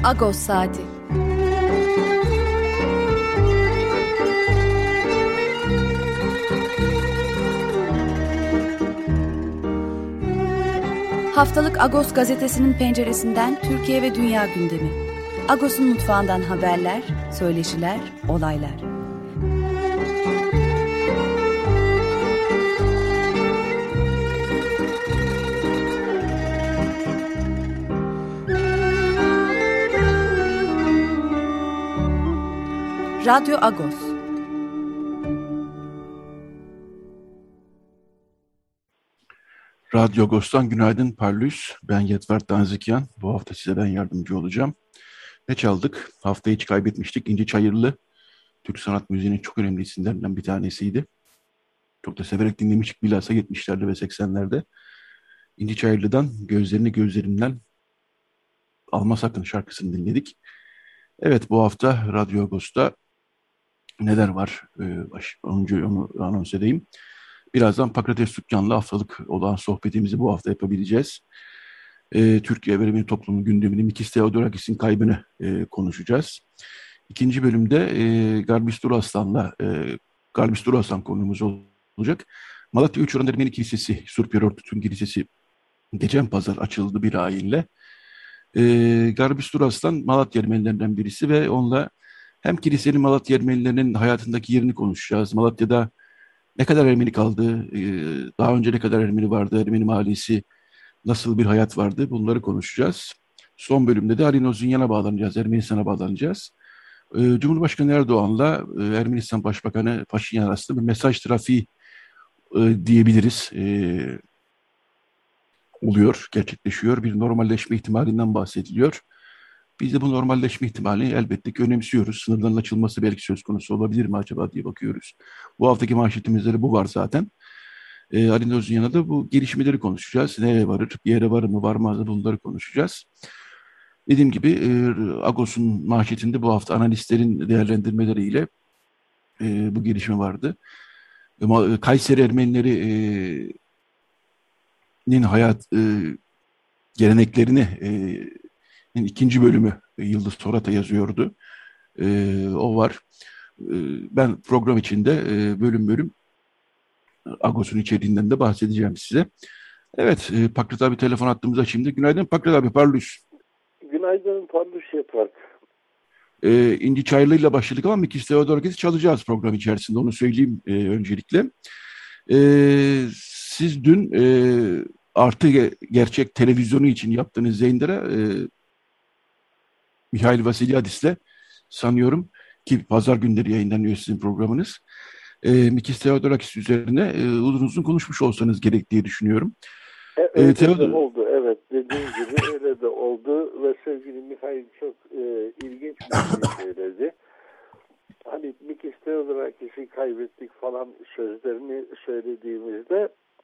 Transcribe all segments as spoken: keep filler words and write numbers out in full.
Agos Saati. Haftalık Agos gazetesinin penceresinden Türkiye ve dünya gündemi. Agos'un mutfağından haberler, söyleşiler, olaylar. Radyo Agos. Radyo Agos'tan günaydın Parlus. Ben Yetvert Danzikyan. Bu hafta size ben yardımcı olacağım. Ne çaldık? Haftayı hiç kaybetmiştik. İnci Çayırlı, Türk sanat müziğinin çok önemli isimlerinden bir tanesiydi. Çok da severek dinlemiştik bilhassa yetmişlerde ve seksenlerde. İnci Çayırlı'dan Gözlerini Gözlerimden Alma Sakın şarkısını dinledik. Evet, bu hafta Radyo Agos'ta neler var? Ee, önce onu anons edeyim. Birazdan Pakrates Tükkan'la haftalık olan sohbetimizi bu hafta yapabileceğiz. Ee, Türkiye Verimli Toplumu gündemini, Mikis Theodorakis'in kaybını e, konuşacağız. İkinci bölümde e, Garbis Duraslan'la e, Garbis Duraslan konumuz olacak. Malatya Üç Oran Ermeni Kilisesi, Surpieror Tütün Kilisesi geçen pazar açıldı bir ayinle. E, Garbis Duraslan Malatya Ermenilerinden birisi ve onunla hem kilisenin Malatya Ermenilerinin hayatındaki yerini konuşacağız. Malatya'da ne kadar Ermeni kaldı, e, daha önce ne kadar Ermeni vardı, Ermeni mahallesi nasıl bir hayat vardı, bunları konuşacağız. Son bölümde de Alin Ozunyan'a bağlanacağız, Ermenistan'a bağlanacağız. E, Cumhurbaşkanı Erdoğan'la e, Ermenistan Başbakanı Paşinyan arasında bir mesaj trafiği e, diyebiliriz. E, oluyor, gerçekleşiyor. Bir normalleşme ihtimalinden bahsediliyor. Biz de bu normalleşme ihtimalini elbette ki önemsiyoruz. Sınırların açılması belki söz konusu olabilir mi acaba diye bakıyoruz. Bu haftaki manşetimizde de bu var zaten. E, Ali Nozunyan'a da bu gelişmeleri konuşacağız. Nereye varır, bir yere varır mı, varmaz mı bunları konuşacağız. Dediğim gibi e, Agos'un manşetinde bu hafta analistlerin değerlendirmeleriyle e, bu gelişme vardı. E, Kayseri Ermenileri e, hayat e, geleneklerini e, ikinci bölümü e, Yıldız Torata yazıyordu. E, o var. E, ben program içinde e, bölüm bölüm Agos'un içeriğinden de bahsedeceğim size. Evet, e, Pakrat abi telefon attığımızda şimdi. Günaydın Pakrat abi, Parlus. Günaydın Parlus Yetvert. E, İnci Çayırlı ile başladık ama Mikis Theodorakis'i çalacağız program içerisinde. Onu söyleyeyim e, öncelikle. E, siz dün e, Artı Gerçek televizyonu için yaptığınız yayınlara e, Mihail Vasilyadis'le sanıyorum ki pazar günleri yayınlanıyor sizin programınız. E, Mikis Theodorakis üzerine e, uzun uzun konuşmuş olsanız gerek diye düşünüyorum. E, öyle e, Theodor... de oldu, evet. Dediğim gibi öyle de oldu ve sevgili Mihail çok e, ilginç bir şey söyledi. Hani Mikis Theodorakis'i kaybettik falan sözlerini söylediğimizde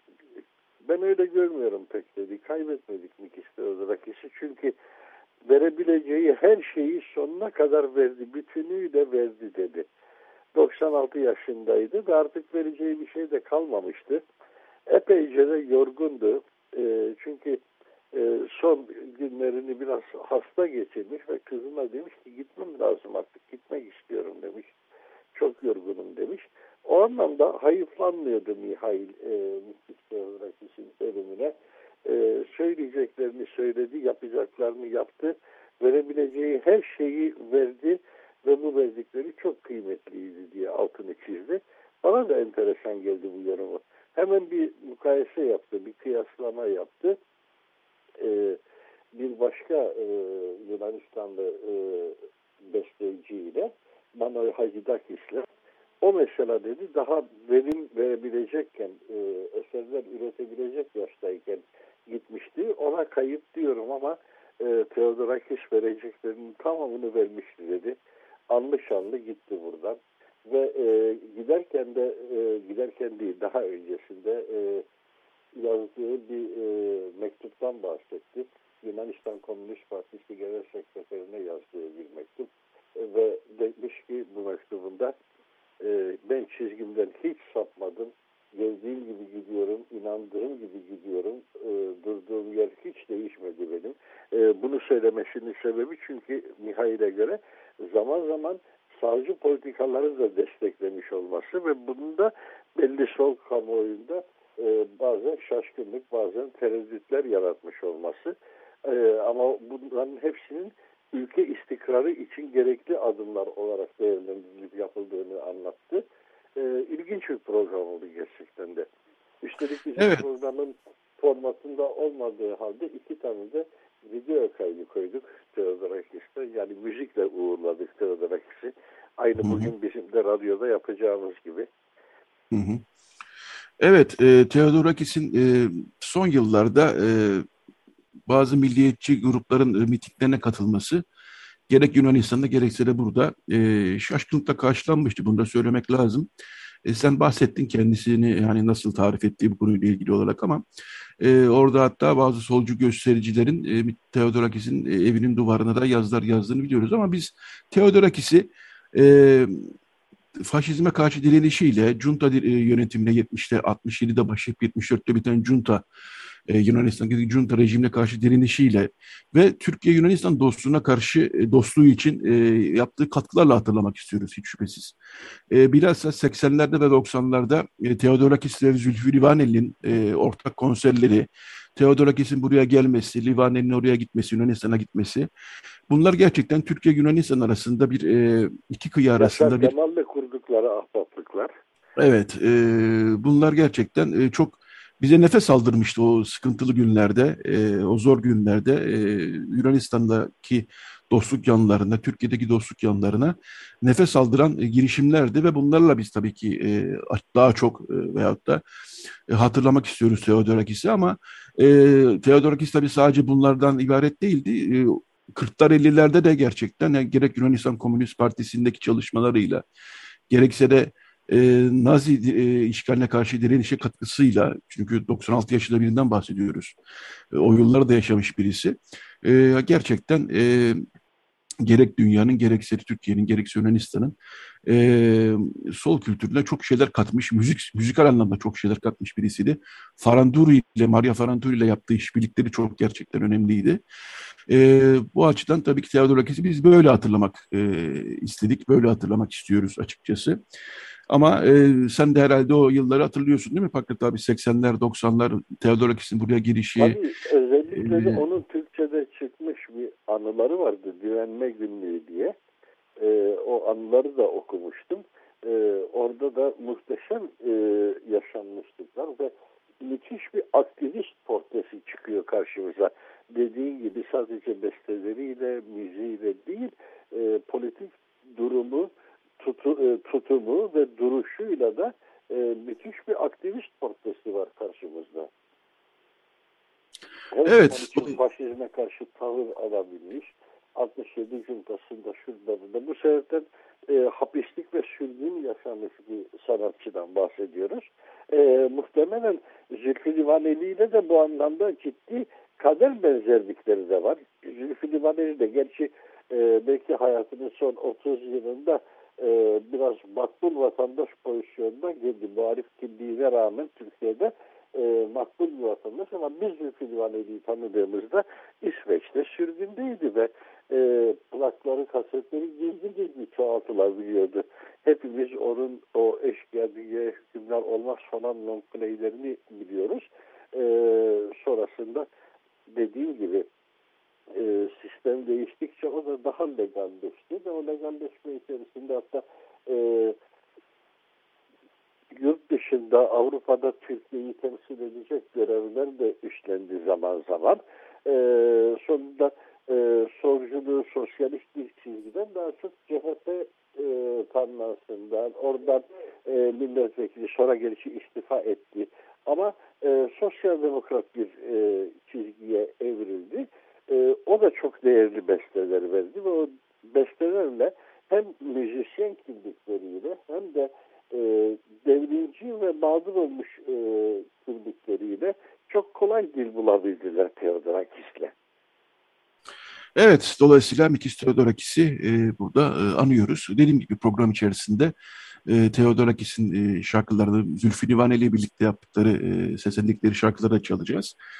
ben öyle görmüyorum pek dedi. Kaybetmedik Mikis Theodorakis'i çünkü verebileceği her şeyi sonuna kadar verdi. Bütünüyle verdi dedi. doksan altı yaşındaydı ve artık vereceği bir şey de kalmamıştı. Epeyce de yorgundu. E, çünkü e, son günlerini biraz hasta geçirmiş ve kızına demiş ki gitmem lazım artık, gitmek istiyorum demiş. Çok yorgunum demiş. O anlamda hayıflanmıyordu Mihail e, Mikis ölümüne. E, söyleyeceklerini söyledi, yapacaklarını yaptı. Verebileceği her şeyi verdi ve bu verdikleri çok kıymetliydi diye altını çizdi. Bana da enteresan geldi bu yorumu. Hemen bir mukayese yaptı, bir kıyaslama yaptı. Ee, bir başka e, Yunanistanlı e, besteciyle, Manoy Hagidakis'le. O mesela dedi daha verim verebilecekken, e, eserler üretebilecek yaştayken gitmişti. Ona kayıp diyorum ama e, Theodorakis vereceklerinin tamamını vermişti dedi. Anlı şanlı gitti buradan. Ve e, giderken de e, giderken değil daha öncesinde e, yazdığı bir e, mektuptan bahsetti. Yunanistan Komünist Partisi Genel Sekreterine yazdığı bir mektup e, ve demiş ki bu mektubunda e, ben çizgimden hiç sapmadım. Geldiğim gibi gidiyorum, inandığım gibi gidiyorum. E, durduğum yer hiç değişmedi benim. E, bunu söylemek demesinin sebebi çünkü Mihail'e göre zaman zaman sağcı politikaları da desteklemiş olması ve bunun da belli sol kamuoyunda e, bazen şaşkınlık, bazen tereddütler yaratmış olması. E, ama bunların hepsinin ülke istikrarı için gerekli adımlar olarak değerlendirilip yapıldığını anlattı. E, ilginç bir program oldu gerçekten de. Üstelik bizim Evet. programın formatında olmadığı halde iki tane de video kaydı koyduk Theodorakis'te. Yani müzikle uğurladık Theodorakis'i. Aynı Hı hı. bugün bizim de radyoda yapacağımız gibi. Hı hı. Evet, e, Theodorakis'in e, son yıllarda e, bazı milliyetçi grupların e, mitinglerine katılması gerek Yunanistan'da gerekse de burada e, şaşkınlıkla karşılanmıştı. Bunu da söylemek lazım. E, sen bahsettin kendisini yani nasıl tarif ettiği bu konuyla ilgili olarak ama e, orada hatta bazı solcu göstericilerin e, Theodorakis'in e, evinin duvarına da yazılar yazdığını biliyoruz ama biz Theodorakis'i e, faşizme karşı direnişiyle, junta e, yönetimine yetmişte, altmış yedide başlayıp yetmiş dörtte biten junta, e, Yunanistan'daki junta rejimine karşı direnişiyle ve Türkiye-Yunanistan dostluğuna karşı e, dostluğu için e, yaptığı katkılarla hatırlamak istiyoruz hiç şüphesiz. E, bilhassa seksenlerde ve doksanlarda e, Theodorakis ve Zülfü Livaneli'nin e, ortak konserleri, Theodorakis'in buraya gelmesi, Livaneli'nin oraya gitmesi, Yunanistan'a gitmesi, bunlar gerçekten Türkiye-Yunanistan arasında bir e, iki kıyı Yaşar arasında bir Kemal'le kurdukları ahbaplıklar. evet, e, bunlar gerçekten e, çok bize nefes aldırmıştı o sıkıntılı günlerde, e, o zor günlerde e, Yunanistan'daki dostluk yanlarına, Türkiye'deki dostluk yanlarına nefes aldıran e, girişimlerdi ve bunlarla biz tabii ki e, daha çok e, veyahut da e, hatırlamak istiyoruz Theodorakis'i ama e, Theodorakis tabii sadece bunlardan ibaret değildi. E, kırklar ellilerde de gerçekten e, gerek Yunanistan Komünist Partisi'ndeki çalışmalarıyla gerekse de e, Nazi e, işgaline karşı direnişe katkısıyla çünkü doksan altı yaşında birinden bahsediyoruz. E, o yılları da yaşamış birisi. E, gerçekten e, gerek dünyanın gerekse Türkiye'nin gerekse Yunanistan'ın e, sol kültürüne çok şeyler katmış, müzik müzikal anlamda çok şeyler katmış birisiydi. Faranduri ile Maria Faranduri ile yaptığı işbirlikleri çok gerçekten önemliydi. E, bu açıdan tabii ki Theodorakis'i biz böyle hatırlamak e, istedik, böyle hatırlamak istiyoruz açıkçası. Ama e, sen de herhalde o yılları hatırlıyorsun değil mi Fakret abi? seksenler, doksanlar Theodorakis'in buraya girişi. Tabii E, özellikle de onun Türkçe'de çıkmış bir anıları vardı. Direnme Günlüğü diye. Ee, o anıları da okumuştum. Ee, orada da muhteşem e, yaşanmışlıklar ve müthiş bir aktivist portresi çıkıyor karşımıza. Dediğin gibi sadece besteleriyle, müziğiyle değil, e, politik durumu, tutu, e, tutumu ve duruşuyla da e, müthiş bir aktivist portresi var karşımızda. Her evet. zaman için faşizme karşı tavır alabilmiş. altmış yedi juntasında şurada da bu sebepten e, hapislik ve sürgün yaşamış bir sanatçıdan bahsediyoruz. E, muhtemelen Zülfü Livaneli ile de bu anlamda ciddi kader benzerlikleri de var. Zülfü Livaneli de gerçi e, belki hayatının son otuz yılında e, biraz makbul vatandaş pozisyonuna girdi. Muhalif kimliğine rağmen Türkiye'de e, makbul bir vatandaş ama biz Zülfü Livaneli'yi tanıdığımızda İsveç'te sürgündeydi ve e, plakları, kasetleri gizli gizli çoğaltılabiliyordu. Hepimiz onun o eşkıya dünyaya hükümler olmaz falan long playlerini biliyoruz. E, sonrasında dediğim gibi e, sistem değiştikçe o da daha legalleşti ve o legalleşme içerisinde hatta e, yurt dışında Avrupa'da Türkiye'yi temsil edecek görevler de üstlendi zaman zaman. E, sonunda e, solculuğu sosyalist bir çizgiden daha çok C H P e, tanlansından oradan e, milletvekili sonra gelişi istifa etti. Ama e, sosyal demokrat bir e, çizgiye evrildi. E, o da çok değerli besteler verdi ve o bestelerle hem müzisyen kimlikleriyle hem de e, devrimci ve mağdur olmuş e, kimlikleriyle çok kolay dil bulabildiler Theodorakis'le. Evet, dolayısıyla Mikis Theodorakis'i e, burada e, anıyoruz. Dediğim gibi program içerisinde e, Theodorakis'in e, şarkılarını Zülfü Livaneli ile birlikte yaptıkları, e, seslendikleri şarkıları da çalacağız.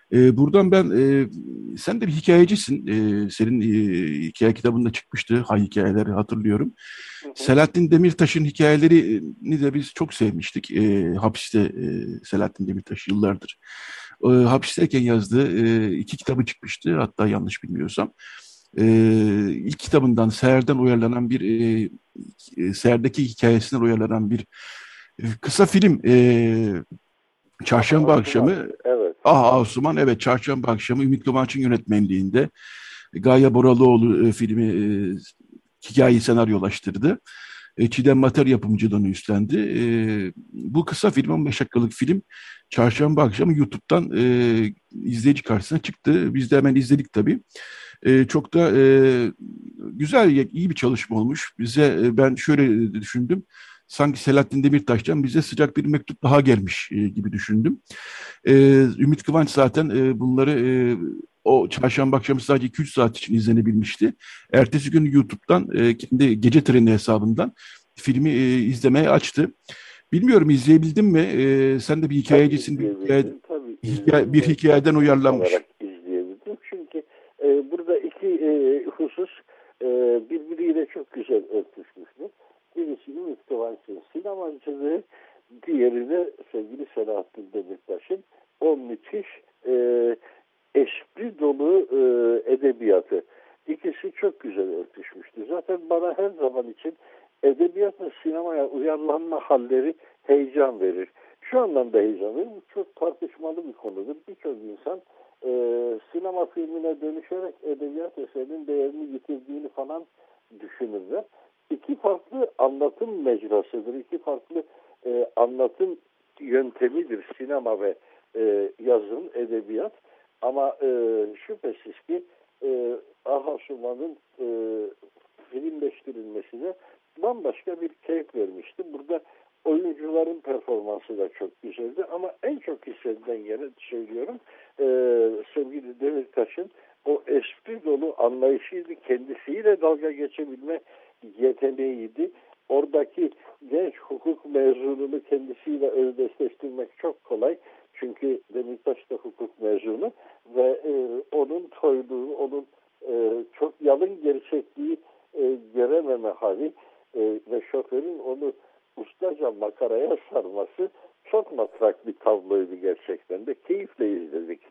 E, buradan ben, e, sen de bir hikayecisin. E, senin e, hikaye kitabında çıkmıştı. Hay hikayeleri hatırlıyorum. Hı hı. Selahattin Demirtaş'ın hikayelerini de biz çok sevmiştik. E, hapiste e, Selahattin Demirtaş yıllardır. E, hapisteyken yazdığı e, iki kitabı çıkmıştı. Hatta yanlış bilmiyorsam. E, ilk kitabından Seher'den uyarlanan bir e, e, Seher'deki hikayesinden uyarlanan bir e, kısa film, e, Aha, Çarşamba Asuman. akşamı. Evet. Ah Asuman, evet, Çarşamba akşamı Ümit Kıvanç'ın yönetmenliğinde Gaye Boralıoğlu e, filmi e, hikayeyi senaryolaştırdı. E, Çiğdem Mater yapımcılığını üstlendi. E, bu kısa film, on beş dakikalık film, Çarşamba akşamı YouTube'dan e, izleyici karşısına çıktı. Biz de hemen izledik tabii. E, çok da e, güzel, iyi bir çalışma olmuş. Bize, e, ben şöyle düşündüm. Sanki Selahattin Demirtaş'tan bize sıcak bir mektup daha gelmiş e, gibi düşündüm. E, Ümit Kıvanç zaten e, bunları e, o çarşamba akşamı sadece iki üç saat için izlenebilmişti. Ertesi gün YouTube'dan e, kendi Gece Treni hesabından filmi e, izlemeye açtı. Bilmiyorum, izleyebildin mi? E, sen de bir Tabii hikayecisin. Bir, hikaye, izleyebildim. Tabii hikaye- izledim bir ve çok hikayeden keyif uyarlanmış. alarak izleyebildim. Çünkü e, burada iki e, husus e, birbiriyle çok güzel örtüşmüştür. Birisi Ümit Kıvanç'ın sinemacılığı, diğeri de sevgili Selahattin Demirtaş'ın o müthiş e, espri dolu e, edebiyatı. İkisi çok güzel örtüşmüştü. Zaten bana her zaman için edebiyat ve sinemaya uyarlanma halleri heyecan verir. Şu anlamda heyecan verir. Bu çok tartışmalı bir konudur. Birçok insan e, sinema filmine dönüşerek edebiyat eserinin değerini yitirdiğini falan düşünürler. İki farklı anlatım mecrasıdır. İki farklı e, anlatım yöntemidir sinema ve e, yazın, edebiyat. Ama e, şüphesiz ki e, Aha Suma'nın e, filmleştirilmesi de bambaşka bir keyif vermişti. Burada oyuncuların performansı da çok güzeldi ama en çok hissedilen yere söylüyorum e, sevgili Demirtaş'ın o espri dolu anlayışıydı. Kendisiyle dalga geçebilme yeteneğiydi. Oradaki genç hukuk mezununu kendisiyle özdeşleştirmek çok kolay. Çünkü Demirtaş da hukuk mezunu ve e, onun toyluğu, onun e, çok yalın gerçekliği e, görememe hali e, ve şoförün onu ustaca makaraya sarması çok matrak bir tabloydu gerçekten de. Keyifle izledik.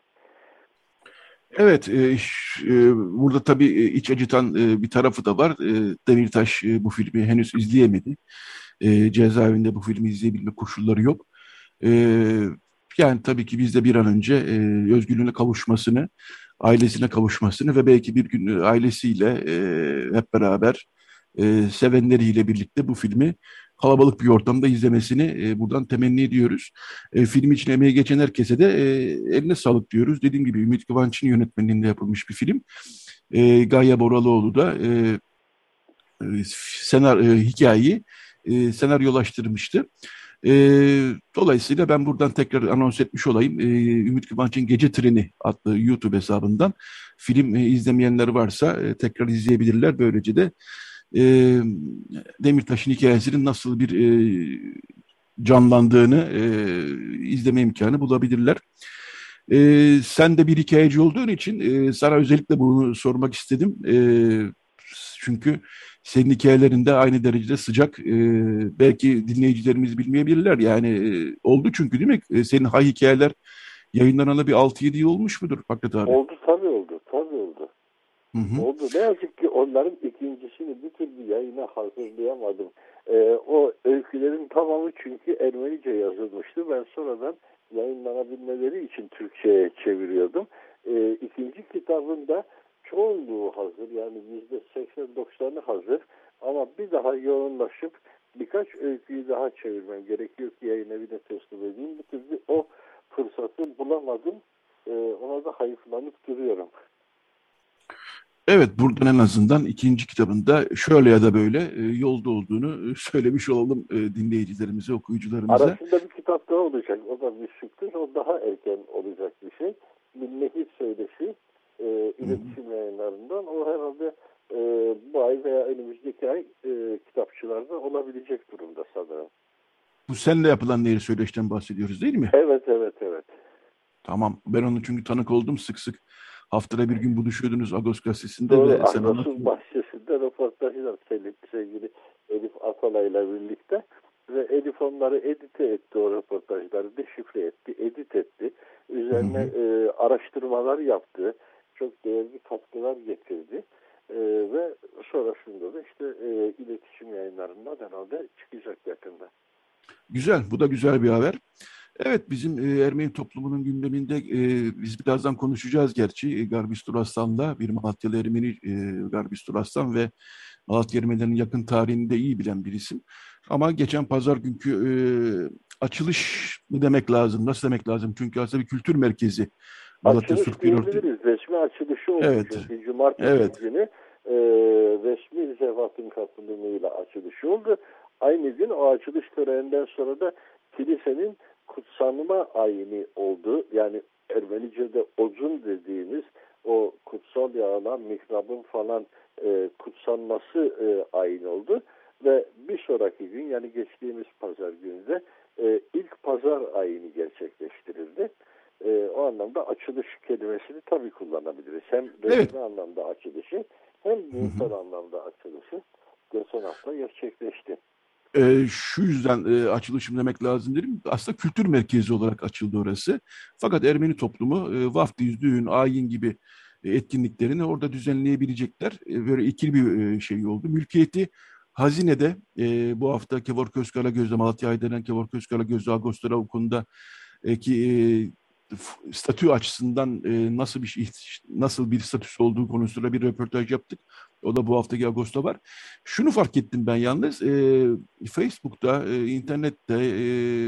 Evet, e, ş- e, burada tabii e, iç acıtan e, bir tarafı da var. E, Demirtaş e, bu filmi henüz izleyemedi. E, cezaevinde bu filmi izleyebilme koşulları yok. E, Yani tabii ki biz de bir an önce e, özgürlüğüne kavuşmasını, ailesine kavuşmasını ve belki bir gün e, ailesiyle e, hep beraber e, sevenleriyle birlikte bu filmi kalabalık bir ortamda izlemesini e, buradan temenni ediyoruz. E, film için emeği geçen herkese de e, eline sağlık diyoruz. Dediğim gibi Ümit Kıvanç'ın yönetmenliğinde yapılmış bir film. E, Gaye Boralıoğlu da e, e, senar, e, hikayeyi e, senaryolaştırmıştı. E, Dolayısıyla ben buradan tekrar anons etmiş olayım. E, Ümit Kıvanç'ın Gece Treni adlı YouTube hesabından film e, izlemeyenler varsa e, tekrar izleyebilirler. Böylece de e, Demirtaş'ın hikayesinin nasıl bir e, canlandığını e, izleme imkanı bulabilirler. E, Sen de bir hikayeci olduğun için e, sana özellikle bunu sormak istedim. E, çünkü senin hikayelerinde aynı derecede sıcak. E, belki dinleyicilerimiz bilmeyebilirler. Yani e, oldu çünkü, değil mi? E, senin hay hikayeler yayınlanalı bir altı yedi yıl olmuş mudur Fakret abi? Oldu tabii oldu. Tabii oldu. Hı hı. Oldu. Ne yazık ki onların ikincisini bir türlü yayına hazırlayamadım. Ee, o öykülerin tamamı çünkü Ermenice yazılmıştı. Ben sonradan yayınlanabilmeleri için Türkçe'ye çeviriyordum. Ee, ikinci kitabın da çoğunluğu hazır. Yani yüzde seksen doksanı hazır. Ama bir daha yoğunlaşıp birkaç öyküyü daha çevirmem gerekiyor ki yayın evine teslim edeyim. Bir türlü o fırsatı bulamadım. Ee, ona da hayıflanıp duruyorum. Evet, buradan en azından ikinci kitabında şöyle ya da böyle e, yolda olduğunu e, söylemiş olalım e, dinleyicilerimize, okuyucularımıza. Arasında bir kitap daha olacak. O da bir sürpriz. O daha erken olacak bir şey. Bir Nehir Söyleşi e, iletişim yayınlarından. O herhalde e, bu ay veya önümüzdeki ay e, kitapçılarda olabilecek durumda sanırım. Bu seninle yapılan nehir söyleşten bahsediyoruz, değil mi? Evet, evet, evet. Tamam. Ben onun çünkü tanık oldum sık sık. Haftada bir gün buluşuyordunuz Agos gazetesinde Doğru, ve sen Agos'un anlatıyordun. bahçesinde röportajlar seyretti sevgili Elif Atalay'la birlikte. Ve Elif onları edite etti, o röportajları deşifre etti, edit etti. Hı Üzerine hı. e, araştırmalar yaptı. Çok değerli katkılar getirdi. E, ve sonrasında da işte e, iletişim yayınlarından herhalde çıkacak yakında. Güzel. Bu da güzel bir haber. Evet, bizim e, Ermeni toplumunun gündeminde e, biz birazdan konuşacağız gerçi. E, Garbistur Aslan'la bir Malatyalı Ermeni e, Garbistur Aslan ve Malatya Ermenilerinin yakın tarihini de iyi bilen bir isim. Ama geçen pazar günkü e, açılış mı demek lazım, nasıl demek lazım? Çünkü aslında bir kültür merkezi. Malatya Açılış Surp Yerörtü. diyebiliriz. Resmi açılışı oldu. Evet, Çünkü cumartesi evet. günü e, resmi zevatın katılımıyla açılışı oldu. Aynı gün o açılış töreninden sonra da kilisenin kutsanma ayini oldu. Yani Ermenice'de ocun dediğimiz o kutsal yağılan mihrabın falan e, kutsanması e, ayin oldu. Ve bir sonraki gün, yani geçtiğimiz pazar günü de e, ilk pazar ayini gerçekleştirildi. E, o anlamda açılış kelimesini tabii kullanabiliriz. Hem Evet. resmi anlamda açılışı hem Hı hı. dinsel anlamda açılışı geçen hafta gerçekleşti. E, şu yüzden e, açılışım demek lazım dedim. Aslında kültür merkezi olarak açıldı orası. Fakat Ermeni toplumu e, vaftiz, düğün, ayin gibi e, etkinliklerini orada düzenleyebilecekler. E, böyle ikili bir e, şey oldu. Mülkiyeti Hazine'de e, bu hafta Kevor Közkaragöz'de Malatya Aydın'ın Kevor Közkaragöz'de Ağustos'ta o konuda e, ki e, f- statü açısından e, nasıl bir şey, nasıl bir statüsü olduğu konusunda bir röportaj yaptık. O da bu haftaki Ağustos'ta var. Şunu fark ettim ben yalnız. E, Facebook'ta, e, internette e,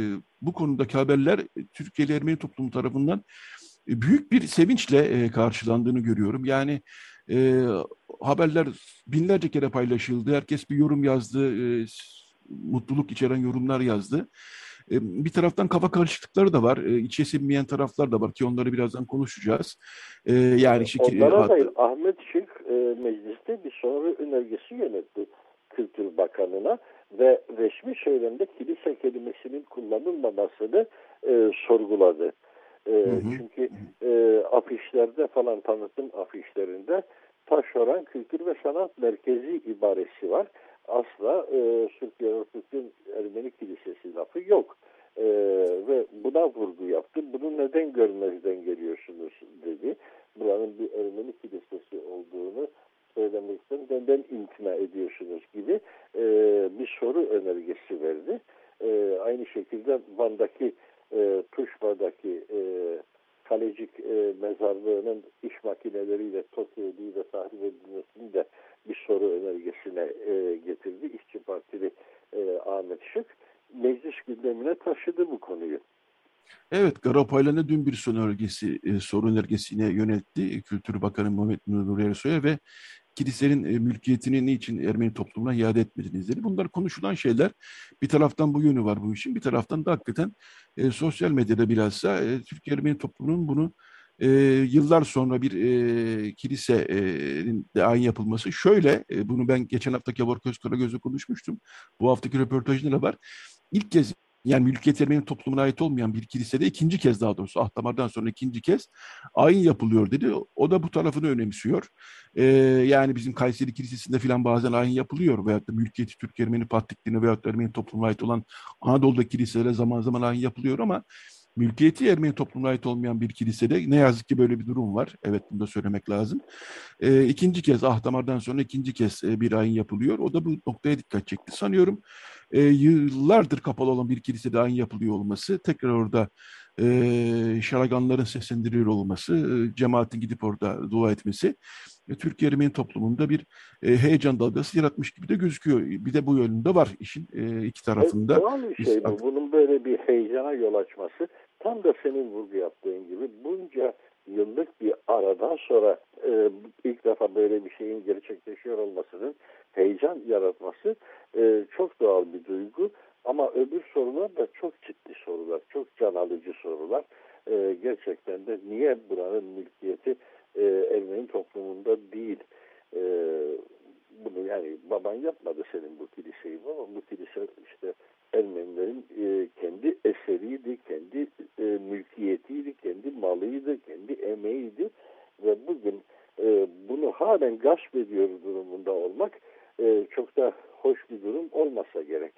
bu konudaki haberler e, Türkiye'li Ermeni toplumu tarafından e, büyük bir sevinçle e, karşılandığını görüyorum. Yani e, haberler binlerce kere paylaşıldı. Herkes bir yorum yazdı. E, mutluluk içeren yorumlar yazdı. E, bir taraftan kafa karışıklıkları da var. E, içe sinmeyen taraflar da var ki onları birazdan konuşacağız. E, E, yani şekil, onlara hatta, dair Ahmet Şık e, mecliste bir soru önergesi yönetti Kültür Bakanı'na ve resmi söylemde kilise kelimesinin kullanılmamasını e, sorguladı. hı E, hı. çünkü e, afişlerde falan, tanıtım afişlerinde Taşören Kültür ve Sanat Merkezi ibaresi var. Asla e, Türkiye Ortodoks Ermeni Kilisesi lafı yok. E, ve buna vurgu yaptı. Bunu neden görmezden geliyorsunuz dedi. Buranın bir Ermeni kilisesi olduğunu söylemekten neden imtina ediyorsunuz gibi e, bir soru önergesi verdi. E, aynı şekilde Van'daki e, Tuşba'daki e, Kalecik e, mezarlığının iş makineleriyle Tokyo ve tahrip edilmesini de bir soru önergesine e, getirdi. İşçi Partili e, Ahmet Şık meclis gündemine taşıdı bu konuyu. Evet, Garopaylan'a dün bir son önergesi, e, soru önergesine yöneltti Kültür Bakanı Muhammed Nur Ersoy'a ve kilisenin e, mülkiyetini niçin Ermeni toplumuna iade etmediniz dedi. Bunlar konuşulan şeyler. Bir taraftan bu yönü var bu işin, bir taraftan da hakikaten e, sosyal medyada bilhassa e, Türk Ermeni toplumunun bunu e, yıllar sonra bir e, kilisenin de ayin yapılması. Şöyle, e, bunu ben geçen hafta Kevor Közkaragöz'le konuşmuştum. Bu haftaki röportajında da var. İlk kez yani mülkiyet Ermeni toplumuna ait olmayan bir kilisede ikinci kez daha doğrusu Ahtamar'dan sonra ikinci kez ayin yapılıyor dedi. O da bu tarafını önemsiyor. Ee, yani bizim Kayseri Kilisesi'nde filan bazen ayin yapılıyor veyahut da mülkiyeti Türk Ermeni Patrikliğine veyahut da Ermeni toplumuna ait olan Anadolu'daki kiliselere zaman zaman ayin yapılıyor ama mülkiyeti Ermeni toplumuna ait olmayan bir kilisede ne yazık ki böyle bir durum var. Evet, bunu da söylemek lazım. E, ikinci kez Ahdamar'dan sonra ikinci kez e, bir ayin yapılıyor. O da bu noktaya dikkat çekti. Sanıyorum e, yıllardır kapalı olan bir kilisede ayin yapılıyor olması, tekrar orada e, şaraganların seslendiriyor olması, e, cemaatin gidip orada dua etmesi e, Türkiye Ermeni toplumunda bir e, heyecan dalgası yaratmış gibi de gözüküyor. Bir de bu yönünde var işin e, iki E, tarafında. doğal bir Biz, şey bu. Bunun böyle bir heyecana yol açması. Tam da senin vurgu yaptığın gibi bunca yıllık bir aradan sonra e, ilk defa böyle bir şeyin gerçekleşiyor olmasının heyecan yaratması e, çok doğal bir duygu. Ama öbür sorular da çok ciddi sorular, çok can alıcı sorular. E, gerçekten de niye buranın mülkiyeti e, Ermeni toplumunda değil? E, Bunu yani baban yapmadı senin bu kiliseyi, ama bu kilise işte Ermenilerin e, kendi eseriydi, kendi e, mülkiyetiydi, kendi mal varlığıydı, kendi emeğiydi ve bugün e, bunu halen gasp ediyor durumunda olmak e, çok da hoş bir durum olmasa gerek.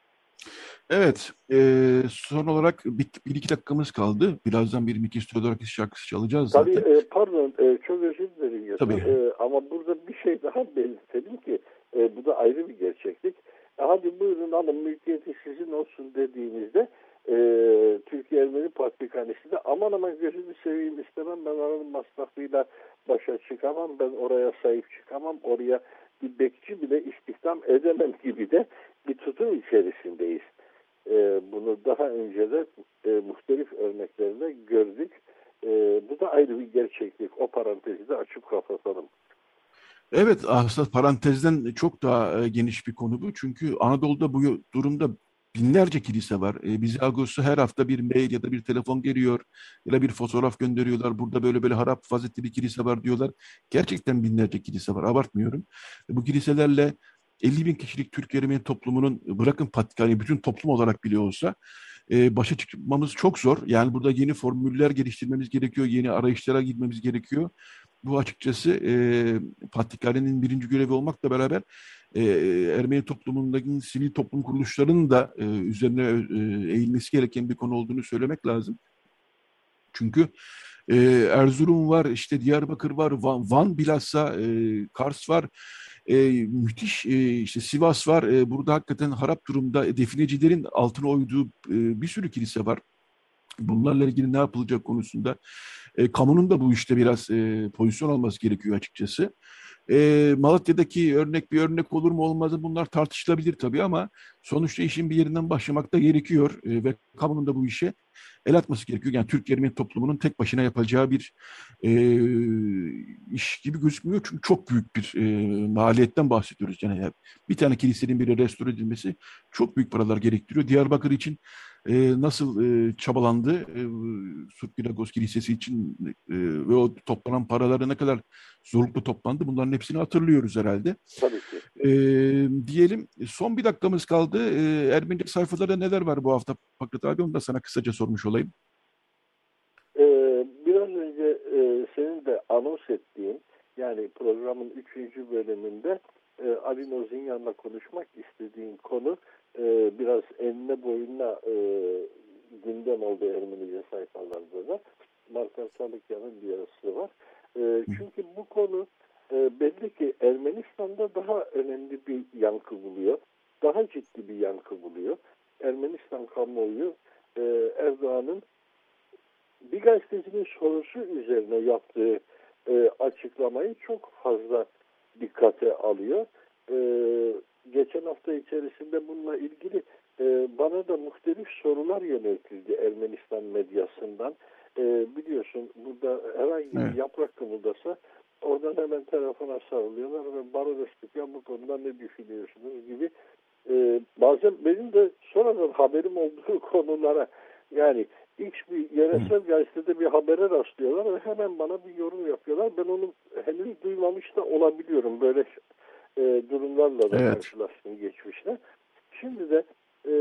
Evet, e, son olarak bir, bir iki dakikamız kaldı. Birazdan bir Mikis Theodorakis şarkısı çalacağız Tabii zaten. e, pardon e, çok özür dilerim Yeter. Tabii. E, ama burada bir şey daha belirtelim ki e, bu da ayrı bir gerçeklik. E, hadi buyurun alın mülkiyeti sizin olsun dediğimizde e, Türkiye Ermeni Patrikhanesi de aman aman gözünü seveyim istemem, ben oranın masrafıyla başa çıkamam, ben oraya sahip çıkamam, oraya bir bekçi bile istihdam edemem gibi de bir tutum içerisindeyiz. E, bunu daha önce de e, muhtelif örneklerinde gördük. E, bu da ayrı bir gerçeklik. O parantezi de açıp kapatalım. Evet, aslında parantezden çok daha e, geniş bir konu bu. Çünkü Anadolu'da bu durumda binlerce kilise var. E, bize Ağustos'ta her hafta bir mail ya da bir telefon geliyor ya da bir fotoğraf gönderiyorlar. Burada böyle böyle harap vaziyette bir kilise var diyorlar. Gerçekten binlerce kilise var, abartmıyorum. E, bu kiliselerle elli bin kişilik Türk Ermeni toplumunun, bırakın Patrikhane, bütün toplum olarak bile olsa e, başa çıkmamız çok zor. Yani burada yeni formüller geliştirmemiz gerekiyor, yeni arayışlara gitmemiz gerekiyor. Bu açıkçası e, Patrikhane'nin birinci görevi olmakla beraber e, Ermeni toplumundaki sivil toplum kuruluşlarının da e, üzerine e, eğilmesi gereken bir konu olduğunu söylemek lazım. Çünkü e, Erzurum var, işte Diyarbakır var, Van, Van bilhassa e, Kars var, e, müthiş e, işte Sivas var. E, burada hakikaten harap durumda e, definecilerin altına oyduğu e, bir sürü kilise var. Bunlarla ilgili ne yapılacak konusunda e, kamunun da bu işte biraz e, pozisyon alması gerekiyor açıkçası. E, Malatya'daki örnek bir örnek olur mu olmaz mı, bunlar tartışılabilir tabii ama sonuçta işin bir yerinden başlamak da gerekiyor e, ve kamunun da bu işe el atması gerekiyor. Yani Türk Ermeni toplumunun tek başına yapacağı bir e, iş gibi gözükmüyor çünkü çok büyük bir e, maliyetten bahsediyoruz. Yani bir tane kilisenin bile restore edilmesi çok büyük paralar gerektiriyor. Diyarbakır için e, nasıl e, çabalandı e, Surpiragos Kilisesi için e, ve o toplanan paraları ne kadar zorlukla toplandı, bunların hepsini hatırlıyoruz herhalde. Tabii ki. E, diyelim son bir dakikamız kaldı. E, Ermenice sayfalarda neler var bu hafta Fakret abi, onu da sana kısaca sormuş olayım. Ee, biraz önce e, senin de anons ettiğin, yani programın üçüncü bölümünde e, Ali Nozinyan'la konuşmak istediğin konu e, biraz enine boyuna e, gündem oldu Ermenice sayfalarda da. Markan Çalıkyan'ın bir yazısı var. E, çünkü bu konu e, belli ki Ermenistan'da daha önemli bir yankı buluyor. Daha ciddi bir yankı buluyor. Ermenistan kamuoyu e, Erdoğan'ın bir gazetecinin sorusu üzerine yaptığı e, açıklamayı çok fazla dikkate alıyor. E, geçen hafta içerisinde bununla ilgili e, bana da muhtelif sorular yöneltildi Ermenistan medyasından. E, biliyorsun burada herhangi bir Evet. yaprak kımıldasa oradan hemen telefona sarılıyorlar ve Baronestik ya bu konuda ne düşünüyorsunuz gibi e, bazen benim de sonradan haberim olduğu konulara, yani X bir yöresel gazetede bir habere rastlıyorlar ve hemen bana bir yorum yapıyorlar. Ben onu henüz duymamış da olabiliyorum. Böyle e, durumlarla da Evet. karşılaştım geçmişte. Şimdi de e,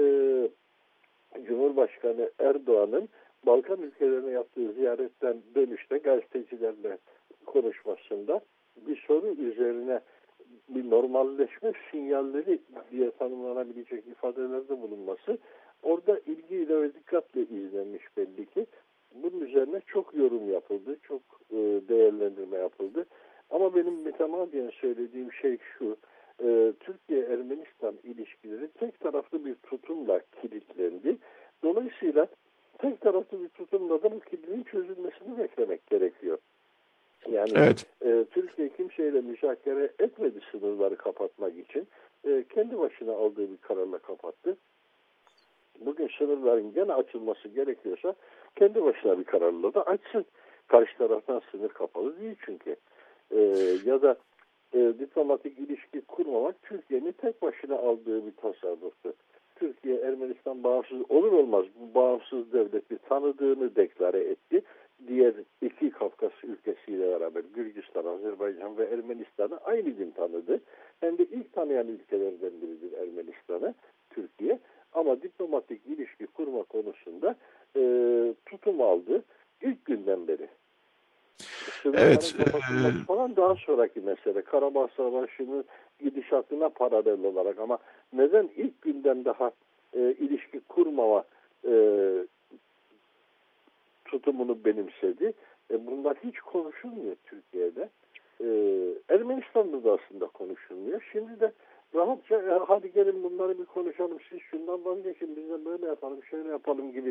Cumhurbaşkanı Erdoğan'ın Balkan ülkelerine yaptığı ziyaretten dönüşte gazetecilerle konuşmasında bir soru üzerine bir normalleşme sinyalleri diye tanımlanabilecek ifadelerde bulunması orada ilgiyle ve dikkatle izlenmiş belli ki. Bunun üzerine çok yorum yapıldı, çok e, değerlendirme yapıldı. Ama benim mütemadiyen söylediğim şey şu, e, Türkiye-Ermenistan ilişkileri tek taraflı bir tutumla kilitlendi. Dolayısıyla tek taraflı bir tutumla da bu kilidin çözülmesini beklemek gerekiyor. Yani Evet. e, Türkiye kimseyle müzakere etmedi sınırları kapatmak için. E, kendi başına aldığı bir kararla kapattı. Bugün sınırların gene açılması gerekiyorsa kendi başına bir kararla da açsın. Karşı taraftan sınır kapalı değil çünkü. E, ya da e, diplomatik ilişki kurmamak Türkiye'nin tek başına aldığı bir tasarruftu. Türkiye Ermenistan bağımsız olur olmaz bu bağımsız devleti tanıdığını deklare etti. Diğer iki Kafkas ülkesiyle beraber Gürcistan, Azerbaycan ve Ermenistan'ı aynı gün tanıdı. Hem de ilk tanıyan ülkelerden biridir Ermenistan'ı Türkiye. Ama diplomatik ilişki kurma konusunda e, tutum aldı. İlk günden beri. Evet. Sınırların falan daha sonraki mesele. Karabağ Savaşı'nın gidişatına paralel olarak, ama neden ilk günden daha e, ilişki kurmama e, tutumunu benimsedi? E, bunlar hiç konuşulmuyor Türkiye'de. E, Ermenistan'da da aslında konuşulmuyor. Şimdi de rahatça e, hadi gelin bunları bir konuşalım, siz şundan vazgeçin, biz de böyle yapalım, şöyle yapalım gibi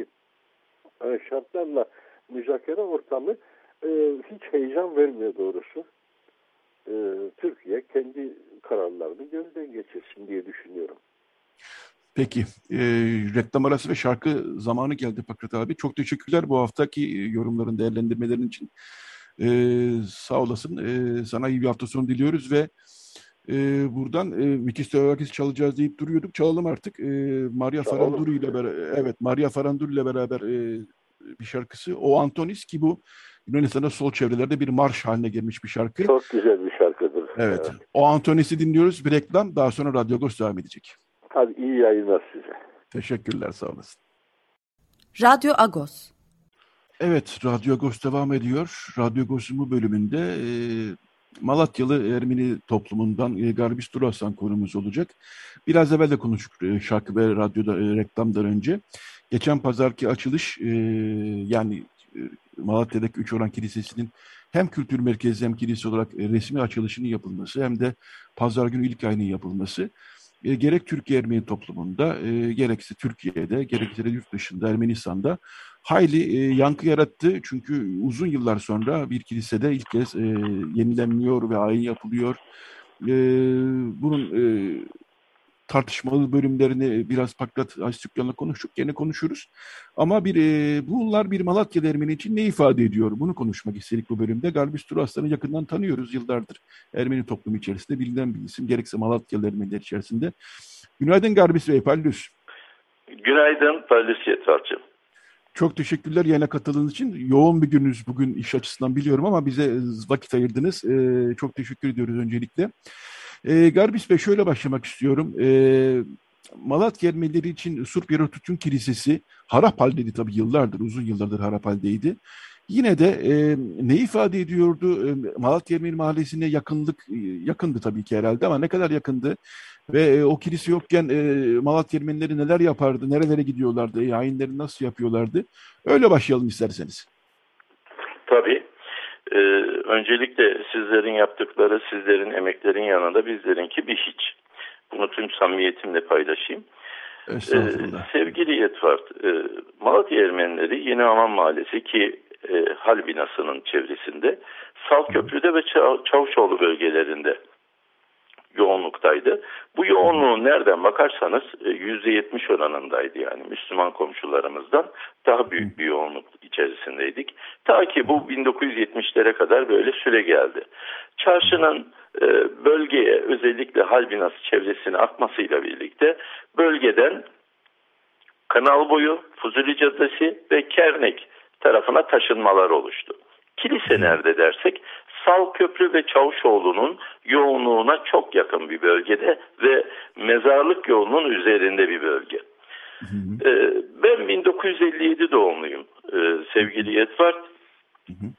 e, şartlarla müzakere ortamı e, hiç heyecan vermiyor doğrusu. E, Türkiye kendi kararlarını gözden geçirsin diye düşünüyorum. Peki, e, reklam arası ve şarkı zamanı geldi Fakret abi. Çok teşekkürler bu haftaki yorumların, değerlendirmelerin için. E, sağ olasın. E, sana iyi bir hafta sonu diliyoruz ve e, buradan e, Mikis Teorakis çalacağız deyip duruyorduk. Çalalım artık. E, Maria Faranduru ile beraber, evet, Maria Faranduru ile beraber e, bir şarkısı. O Antonis, ki bu Yunanistan'da sol çevrelerde bir marş haline gelmiş bir şarkı. Çok güzel bir şarkıdır. Evet. Evet. O Antonis'i dinliyoruz. Bir reklam. Daha sonra Radyo Agos devam edecek. Hadi iyi yayınlar size. Teşekkürler, sağ olasın. Radyo Agos. Evet, Radyo Agos devam ediyor. Radyo Agos'un bu bölümünde e, Malatyalı Ermeni toplumundan e, Garbis Durasan konumuz olacak. Biraz evvel de konuştuk e, şarkı ve radyoda e, reklamdan önce. Geçen pazarki açılış, e, yani e, Malatya'daki Üçoran Kilisesi'nin hem kültür merkezi hem kilise olarak e, resmi açılışının yapılması hem de pazar günü ilk ayının yapılması e, gerek Türkiye Ermeni toplumunda, e, gerekse Türkiye'de, gerekse de yurt dışında, Ermenistan'da hayli e, yankı yarattı. Çünkü uzun yıllar sonra bir kilisede ilk kez e, yenilenmiyor ve ayin yapılıyor. E, bunun e, tartışmalı bölümlerini biraz Pakrat Aşçıkyan'la konuştuk. Gene konuşuruz. Ama bir e, bunlar bir Malatyalı Ermeni için ne ifade ediyor? Bunu konuşmak istedik bu bölümde. Garbis Duraslan'ı yakından tanıyoruz yıllardır. Ermeni toplumu içerisinde bilinen bir isim. Gerekse Malatyalı Ermeniler içerisinde. Günaydın Garbis Bey, Pallus. Günaydın Pallus Yetvarcığım. Çok teşekkürler yayına katıldığınız için. Yoğun bir gününüz bugün iş açısından biliyorum ama bize vakit ayırdınız. Ee, çok teşekkür ediyoruz öncelikle. Ee, Garbis Bey, şöyle başlamak istiyorum. Ee, Malatya Ermenileri için Surp Yerotutun Kilisesi harap haldeydi tabii, yıllardır, uzun yıllardır harap haldeydi. Yine de e, ne ifade ediyordu? E, Malatya Ermeni Mahallesi'ne yakınlık, e, yakındı tabii ki herhalde, ama ne kadar yakındı? Ve e, o kilise yokken e, Malatya Ermenileri neler yapardı, nerelere gidiyorlardı, e, ayinleri nasıl yapıyorlardı? Öyle başlayalım isterseniz. Tabii. Ee, öncelikle sizlerin yaptıkları, sizlerin emeklerin yanında bizlerinki bir hiç. Bunu tüm samimiyetimle paylaşayım. Estağfurullah. Ee, sevgili Yetvart, e, Malatya Ermenileri Yeni Aman Mahallesi ki e, Hal binasının çevresinde, Salköprü'de ve Çav- Çavuşoğlu bölgelerinde yoğunluktaydı. Bu yoğunluğun nereden bakarsanız yüzde yetmiş oranındaydı, yani Müslüman komşularımızdan daha büyük bir yoğunluk içerisindeydik. Ta ki bu bin dokuz yüz yetmişlere kadar böyle süre geldi. Çarşının e, bölgeye, özellikle Hal binası çevresine akmasıyla birlikte bölgeden Kanal Boyu, Fuzuli Caddesi ve Kernek tarafına taşınmalar oluştu. Kilise nerede dersek, Salköprü ve Çavuşoğlu'nun yoğunluğuna çok yakın bir bölgede ve mezarlık yolunun üzerinde bir bölge. Hı hı. Ee, ben bin dokuz yüz elli yedi doğumluyum ee, sevgili Yetvart. Hı hı.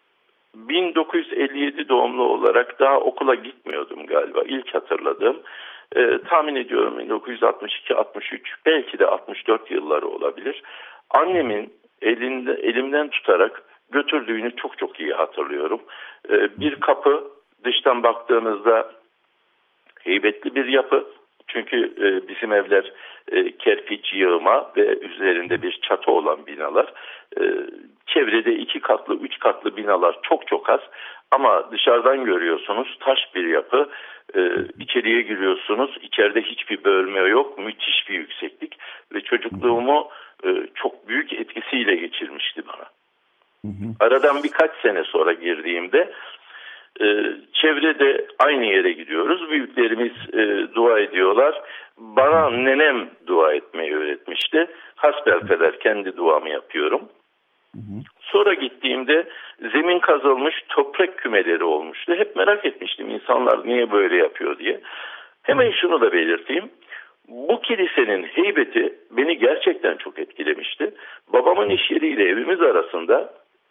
bin dokuz yüz elli yedi doğumlu olarak daha okula gitmiyordum galiba. İlk hatırladığım e, tahmin ediyorum bin dokuz yüz altmış iki altmış üç, belki de altmış dört yılları olabilir. Annemin elinde, elimden tutarak götürdüğünü çok çok iyi hatırlıyorum. Ee, bir kapı, dıştan baktığınızda heybetli bir yapı. Çünkü e, bizim evler e, kerpiç yığma ve üzerinde bir çatı olan binalar. E, çevrede iki katlı, üç katlı binalar çok çok az. Ama dışarıdan görüyorsunuz taş bir yapı. E, içeriye giriyorsunuz. İçeride hiçbir bölme yok. Müthiş bir yükseklik. Ve çocukluğumu e, çok büyük etkisiyle geçirmişti bana. Hı hı. Aradan birkaç sene sonra girdiğimde e, çevrede aynı yere gidiyoruz. Büyüklerimiz e, dua ediyorlar. Bana nenem dua etmeyi öğretmişti. Hasbelkader kendi duamı yapıyorum. Hı hı. Sonra gittiğimde zemin kazılmış toprak kümeleri olmuştu. Hep merak etmiştim insanlar niye böyle yapıyor diye. Hemen şunu da belirteyim. Bu kilisenin heybeti beni gerçekten çok etkilemişti. Babamın iş yeriyle evimiz arasında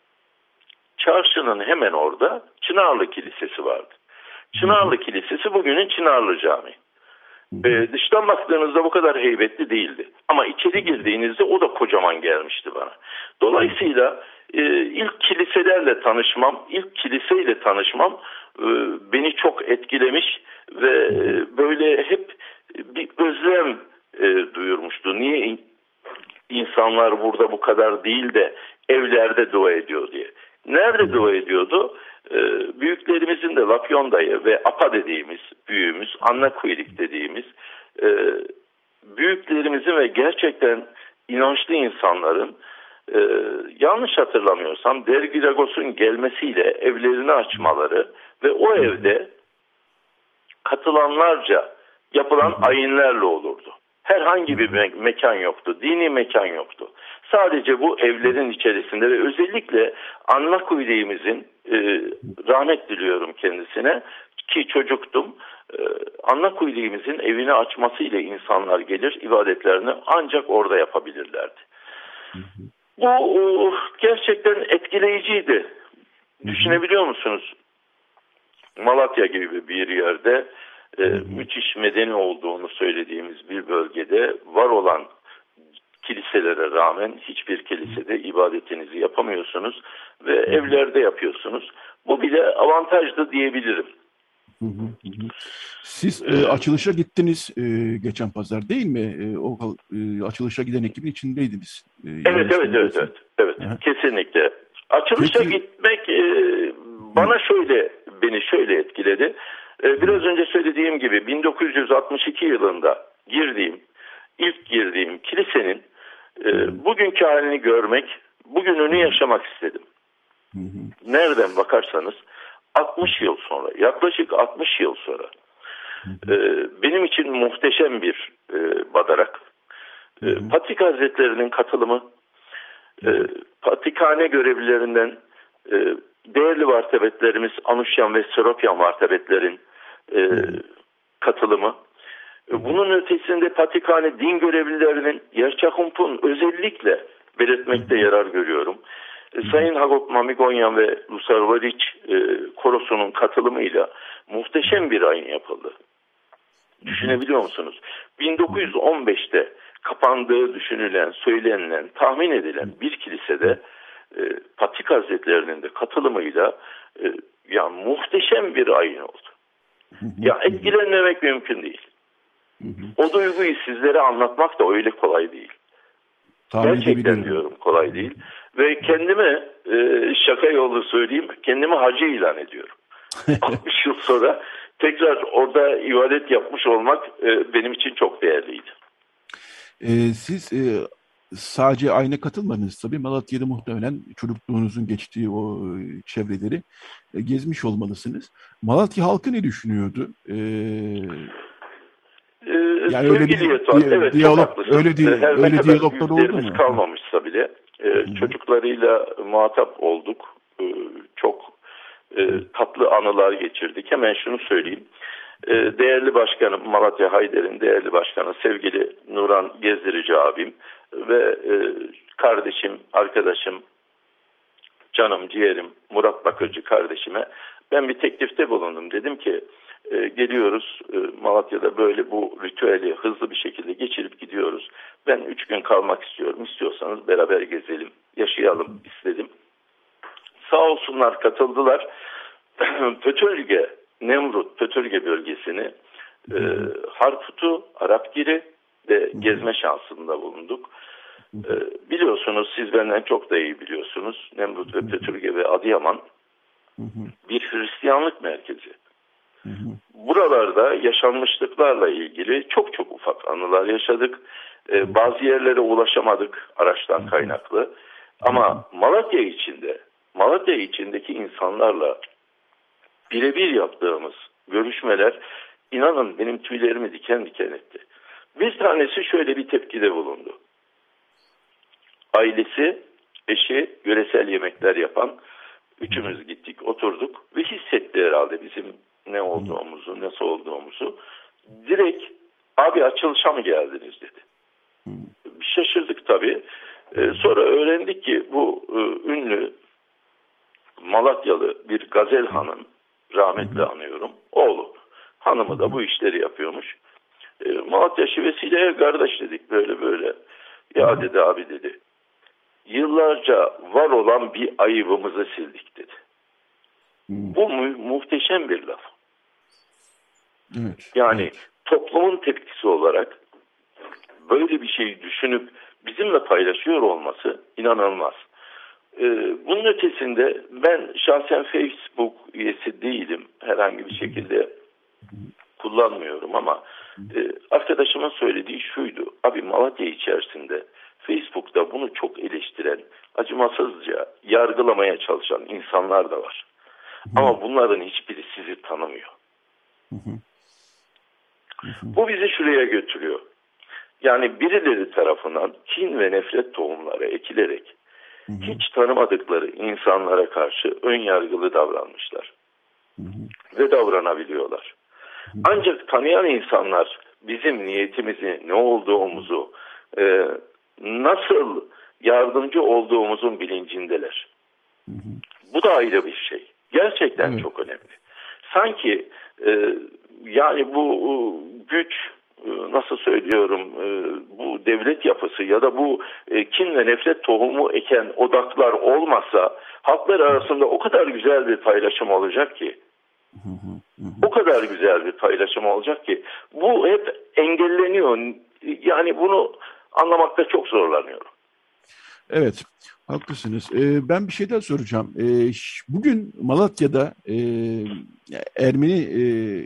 çarşının hemen orada Çınarlı Kilisesi vardı. Çınarlı Kilisesi bugünün Çınarlı Camii. Ee, dıştan baktığınızda bu kadar heybetli değildi. Ama içeri girdiğinizde o da kocaman gelmişti bana. Dolayısıyla e, ilk kiliselerle tanışmam, ilk kiliseyle tanışmam e, beni çok etkilemiş ve e, böyle hep bir özlem e, duyurmuştu. Niye insanlar burada bu kadar değil de evlerde dua ediyor diye. Nerede dua ediyordu? Ee, büyüklerimizin de Lapyon Dayı ve Apa dediğimiz büyüğümüz, Anna Kuilik dediğimiz e, büyüklerimizin ve gerçekten inançlı insanların e, yanlış hatırlamıyorsam Dergiragos'un gelmesiyle evlerini açmaları ve o evde katılanlarca yapılan ayinlerle olurdu. Herhangi bir me- mekan yoktu, dini mekan yoktu. Sadece bu evlerin içerisinde ve özellikle Anna Kuilik'imizin e, rahmet diliyorum kendisine ki çocuktum. E, Anna Kuilik'imizin evini açmasıyla insanlar gelir, ibadetlerini ancak orada yapabilirlerdi. Hı hı. Bu o, gerçekten etkileyiciydi. Hı hı. Düşünebiliyor musunuz? Malatya gibi bir yerde e, müthiş medeni olduğunu söylediğimiz bir bölgede var olan kiliselere rağmen hiçbir kilisede ibadetinizi yapamıyorsunuz ve evlerde yapıyorsunuz. Bu bile avantajlı diyebilirim. Siz e, açılışa gittiniz e, geçen pazar değil mi? E, o e, açılışa giden ekibin içindeydiniz. E, evet, evet, evet, evet, evet, evet. Kesinlikle. Açılışa Peki. gitmek e, bana şöyle beni şöyle etkiledi. E, biraz önce söylediğim gibi bin dokuz yüz altmış iki yılında girdiğim ilk girdiğim kilisenin e, bugünkü halini görmek, bugününü yaşamak istedim. Nereden bakarsanız altmış yıl sonra, yaklaşık altmış yıl sonra e, benim için muhteşem bir e, badarak. E, Patrik Hazretleri'nin katılımı, e, Patrikhane görevlilerinden e, değerli vartebetlerimiz Anuşyan ve Seropyan vartebetlerin e, katılımı, bunun ötesinde Patrikhane din görevlilerinin Yerçakump'un özellikle belirtmekte yarar görüyorum. Sayın Hagop Mamigonyan ve Lusarvariç e, korosunun katılımıyla muhteşem bir ayin yapıldı. Düşünebiliyor musunuz? bin dokuz yüz on beşte kapandığı düşünülen, söylenilen, tahmin edilen bir kilisede e, Patrik Hazretlerinin de katılımıyla e, ya muhteşem bir ayin oldu. Ya etkilenmemek mümkün değil. O duyguyu sizlere anlatmak da öyle kolay değil. Tahmin Gerçekten diyorum kolay değil. Ve kendime e, şaka yolu söyleyeyim, kendimi hacı ilan ediyorum. altmış yıl sonra tekrar orada ibadet yapmış olmak e, benim için çok değerliydi. E, siz e, sadece ayna katılmadınız tabii. Malatya'da muhtemelen çocukluğunuzun geçtiği o çevreleri e, gezmiş olmalısınız. Malatya halkı ne düşünüyordu? E, Yani öyle bir di- evet, diyalog, öyle değil, öyle diyaloglar oldu mu? Kalmamışsa bile e, çocuklarıyla muhatap olduk. E, çok e, tatlı anılar geçirdik. Hemen şunu söyleyeyim. E, değerli başkanım, Malatya Hayder'in değerli başkanı sevgili Nuran Gezdirici abim ve e, kardeşim, arkadaşım, canım, ciğerim Murat Bakırcı kardeşime ben bir teklifte bulundum. Dedim ki e, geliyoruz e, Malatya'da böyle bu ritüeli hızlı bir şekilde geçirip gidiyoruz. Ben üç gün kalmak istiyorum. İstiyorsanız beraber gezelim, yaşayalım istedim. Sağ olsunlar katıldılar. Pötürge, Nemrut Pötürge bölgesini e, Harput'u, Arapgir'i de gezme şansında bulunduk. E, biliyorsunuz, siz benden çok da iyi biliyorsunuz. Nemrut ve Pötürge ve Adıyaman bir Hristiyanlık merkezi. Buralarda yaşanmışlıklarla ilgili çok çok ufak anılar yaşadık. Ee, bazı yerlere ulaşamadık araçtan kaynaklı. Ama Malatya içinde, Malatya içindeki insanlarla birebir yaptığımız görüşmeler, inanın benim tüylerimi diken diken etti. Bir tanesi şöyle bir tepkide bulundu. Ailesi, eşi yöresel yemekler yapan, üçümüz gittik, oturduk ve hissetti herhalde bizim ne olduğumuzu, nasıl olduğumuzu. Direkt, abi açılışa mı geldiniz dedi. Bir şaşırdık tabii. Ee, sonra öğrendik ki bu e, ünlü Malatyalı bir Gazel Han'ın, rahmetli anıyorum, oğlu. Hanımı da bu işleri yapıyormuş. E, Malatya şivesiyle kardeş dedik böyle böyle. Ya dedi abi dedi. Yıllarca var olan bir ayıbımızı sildik dedi. Bu mu- muhteşem bir laf. Evet, yani evet. toplumun tepkisi olarak böyle bir şeyi düşünüp bizimle paylaşıyor olması inanılmaz. Ee, bunun ötesinde ben şahsen Facebook üyesi değilim. Herhangi bir şekilde kullanmıyorum ama e, arkadaşımın söylediği şuydu. Abi Malatya içerisinde Facebook'ta bunu çok eleştiren, acımasızca yargılamaya çalışan insanlar da var. Ama bunların hiçbiri sizi tanımıyor. Bu bizi şuraya götürüyor. Yani birileri tarafından kin ve nefret tohumları ekilerek hiç tanımadıkları insanlara karşı ön yargılı davranmışlar. Ve davranabiliyorlar. Ancak tanıyan insanlar bizim niyetimizi, ne olduğumuzu, e, nasıl yardımcı olduğumuzun bilincindeler. Bu da ayrı bir şey. Gerçekten evet. Çok önemli. Sanki e, yani bu güç, e, nasıl söylüyorum, e, bu devlet yapısı ya da bu e, kin ve nefret tohumu eken odaklar olmasa halklar arasında o kadar güzel bir paylaşım olacak ki. O kadar güzel bir paylaşım olacak ki bu hep engelleniyor. Yani bunu anlamakta çok zorlanıyorum. Evet, haklısınız. Ee, ben bir şey daha soracağım. Ee, bugün Malatya'da e, Ermeni e,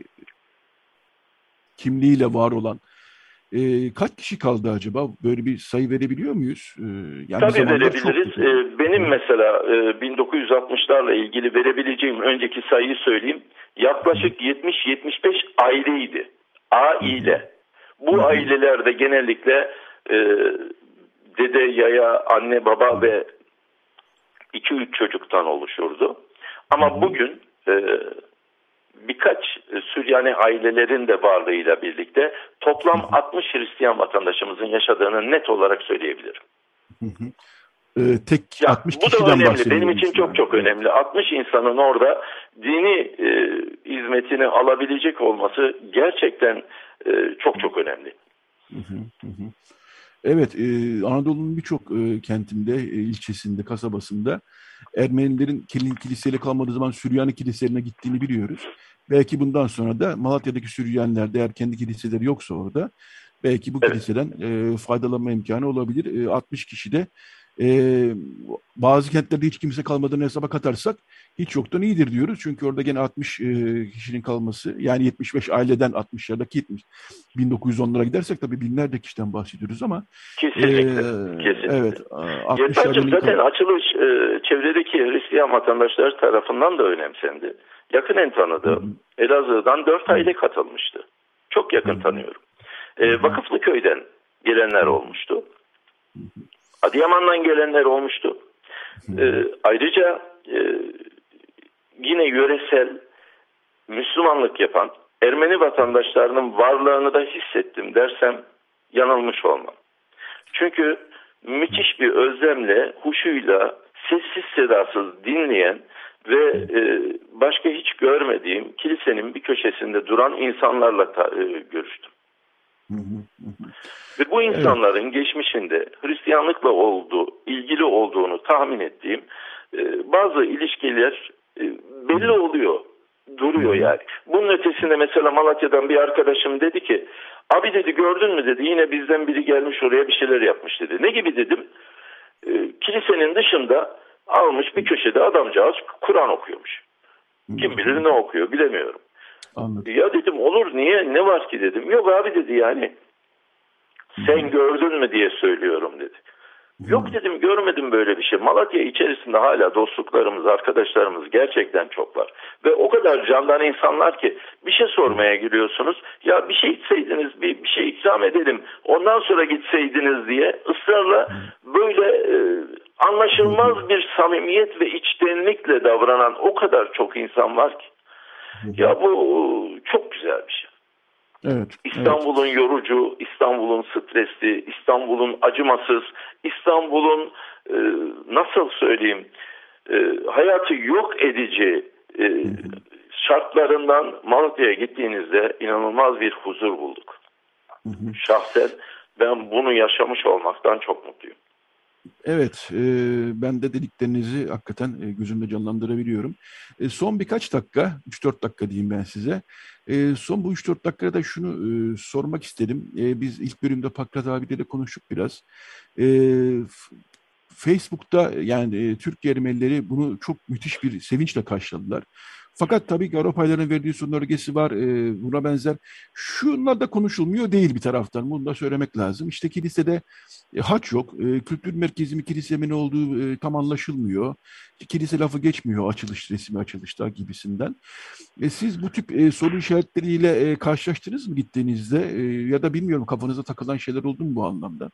kimliğiyle var olan e, kaç kişi kaldı acaba? Böyle bir sayı verebiliyor muyuz? Ee, yani Tabii verebiliriz. Ee, benim mesela e, bin dokuz yüz altmışlarla ilgili verebileceğim önceki sayıyı söyleyeyim. Yaklaşık yetmiş yetmiş beş aileydi. Aile. Bu Hı-hı. ailelerde genellikle e, dede, yaya, anne, baba ve iki üç çocuktan oluşurdu. Ama Hı-hı. bugün e, birkaç Süryani ailelerin de varlığıyla birlikte toplam Hı-hı. altmış Hristiyan vatandaşımızın yaşadığını net olarak söyleyebilirim. Hı-hı. Ee, tek ya, altmış bu kişiden da önemli. bahsediyoruz. Benim için çok çok evet. önemli. altmış insanın orada dini e, hizmetini alabilecek olması gerçekten e, çok çok önemli. Hı hı hı. Evet, e, Anadolu'nun birçok e, kentinde, e, ilçesinde, kasabasında Ermenilerin kiliseyle kalmadığı zaman Süryani kiliselerine gittiğini biliyoruz. Belki bundan sonra da Malatya'daki Süryaniler de eğer kendi kiliseleri yoksa orada belki bu evet. kiliseden e, faydalanma imkanı olabilir. E, altmış kişi de e, bazı kentlerde hiç kimse kalmadığını hesaba katarsak hiç yoktan iyidir diyoruz. Çünkü orada gene altmış e, kişinin kalması, yani yetmiş beş aileden altmışlardaki yetmiş bin dokuz yüz onlara gidersek tabii binlerce kişiden bahsediyoruz ama kesinlikle. E, kesinlikle. Evet. Yetver'cim zaten kal- açılış e, çevredeki Hristiyan vatandaşlar tarafından da önemsendi. Yakın en tanıdığım Elazığ'dan dört aile katılmıştı. Çok yakın Hı-hı. tanıyorum. E, Vakıflıköy'den gelenler olmuştu. Adıyaman'dan gelenler olmuştu. E, ayrıca e, yine yöresel Müslümanlık yapan Ermeni vatandaşlarının varlığını da hissettim dersem yanılmış olmam. Çünkü müthiş bir özlemle, huşuyla, sessiz sedasız dinleyen ve e, başka hiç görmediğim kilisenin bir köşesinde duran insanlarla ta, e, görüştüm. Hı hı hı. Ve bu insanların evet. geçmişinde Hristiyanlıkla olduğu, ilgili olduğunu tahmin ettiğim e, bazı ilişkiler e, belli oluyor, duruyor yani. Bunun ötesinde mesela Malatya'dan bir arkadaşım dedi ki, abi dedi gördün mü dedi, yine bizden biri gelmiş oraya bir şeyler yapmış dedi. Ne gibi dedim, e, kilisenin dışında almış bir köşede adamcağız Kur'an okuyormuş. Kim bilir ne okuyor bilemiyorum. Anladım. Ya dedim olur niye, ne var ki dedim. Yok abi dedi yani sen gördün mü diye söylüyorum dedi. Yok dedim görmedim böyle bir şey. Malatya içerisinde hala dostluklarımız, arkadaşlarımız gerçekten çok var. Ve o kadar candan insanlar ki bir şey sormaya giriyorsunuz. Ya bir şey içseydiniz, bir, bir şey ikram edelim. Ondan sonra gitseydiniz diye ısrarla böyle e, anlaşılmaz bir samimiyet ve içtenlikle davranan o kadar çok insan var ki. Ya bu çok güzel bir şey. Evet, İstanbul'un evet. yorucu, İstanbul'un stresli, İstanbul'un acımasız, İstanbul'un e, nasıl söyleyeyim e, hayatı yok edici e, şartlarından Malatya'ya gittiğinizde inanılmaz bir huzur bulduk. Hı hı. Şahsen ben bunu yaşamış olmaktan çok mutluyum. Evet, e, ben de dediklerinizi hakikaten e, gözümde canlandırabiliyorum. E, son birkaç dakika, üç dört dakika diyeyim ben size. E, son bu üç dört dakikada da şunu e, sormak istedim. E, biz ilk bölümde Pakrat abiyle de konuştuk biraz. E, Facebook'ta yani e, Türk Ermenileri bunu çok müthiş bir sevinçle karşıladılar. Fakat tabii ki Avrupa paylarının verdiği son önergesi var. E, buna benzer. Şunlar da konuşulmuyor değil bir taraftan. Bunu da söylemek lazım. İşte kilisede e, haç yok. E, kültür merkezi mi kilise mi ne olduğu e, tam anlaşılmıyor. Kilise lafı geçmiyor açılış resmi açılışta gibisinden. E, siz bu tip e, soru işaretleriyle e, karşılaştınız mı gittiğinizde? E, ya da bilmiyorum kafanıza takılan şeyler oldu mu bu anlamda?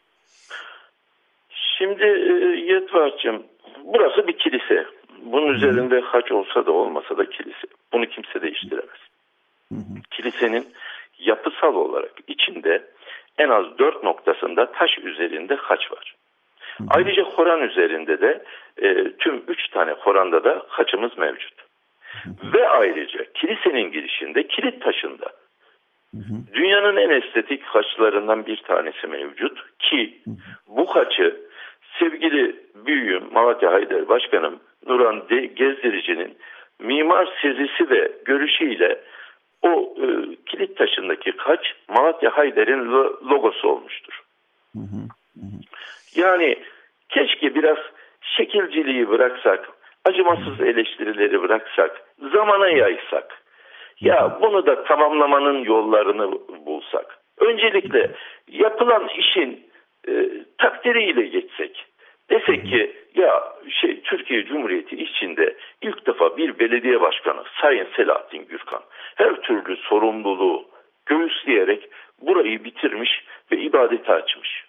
Şimdi e, Yetvar'cığım, burası bir kilise. Bunun üzerinde haç olsa da olmasa da kilise. Bunu kimse değiştiremez. Hı hı. Kilisenin yapısal olarak içinde en az dört noktasında taş üzerinde haç var. Hı hı. Ayrıca Koran üzerinde de e, tüm üç tane Koran'da da haçımız mevcut. Hı hı. Ve ayrıca kilisenin girişinde kilit taşında hı hı. dünyanın en estetik haçlarından bir tanesi mevcut ki hı hı. bu haçı sevgili büyüğüm Malatya Haydar Başkanım Nuran Gezdirici'nin mimar sezisi ve görüşüyle o e, kilit taşındaki haç Malatya Haydar'ın logosu olmuştur. Hı hı, hı. Yani keşke biraz şekilciliği bıraksak, acımasız eleştirileri bıraksak, zamana yaysak. Ya bunu da tamamlamanın yollarını bulsak. Öncelikle yapılan işin e, takdiriyle geçsek. Desek ki ya şey Türkiye Cumhuriyeti içinde ilk defa bir belediye başkanı Sayın Selahattin Gürkan her türlü sorumluluğu göğüsleyerek burayı bitirmiş ve ibadete açmış.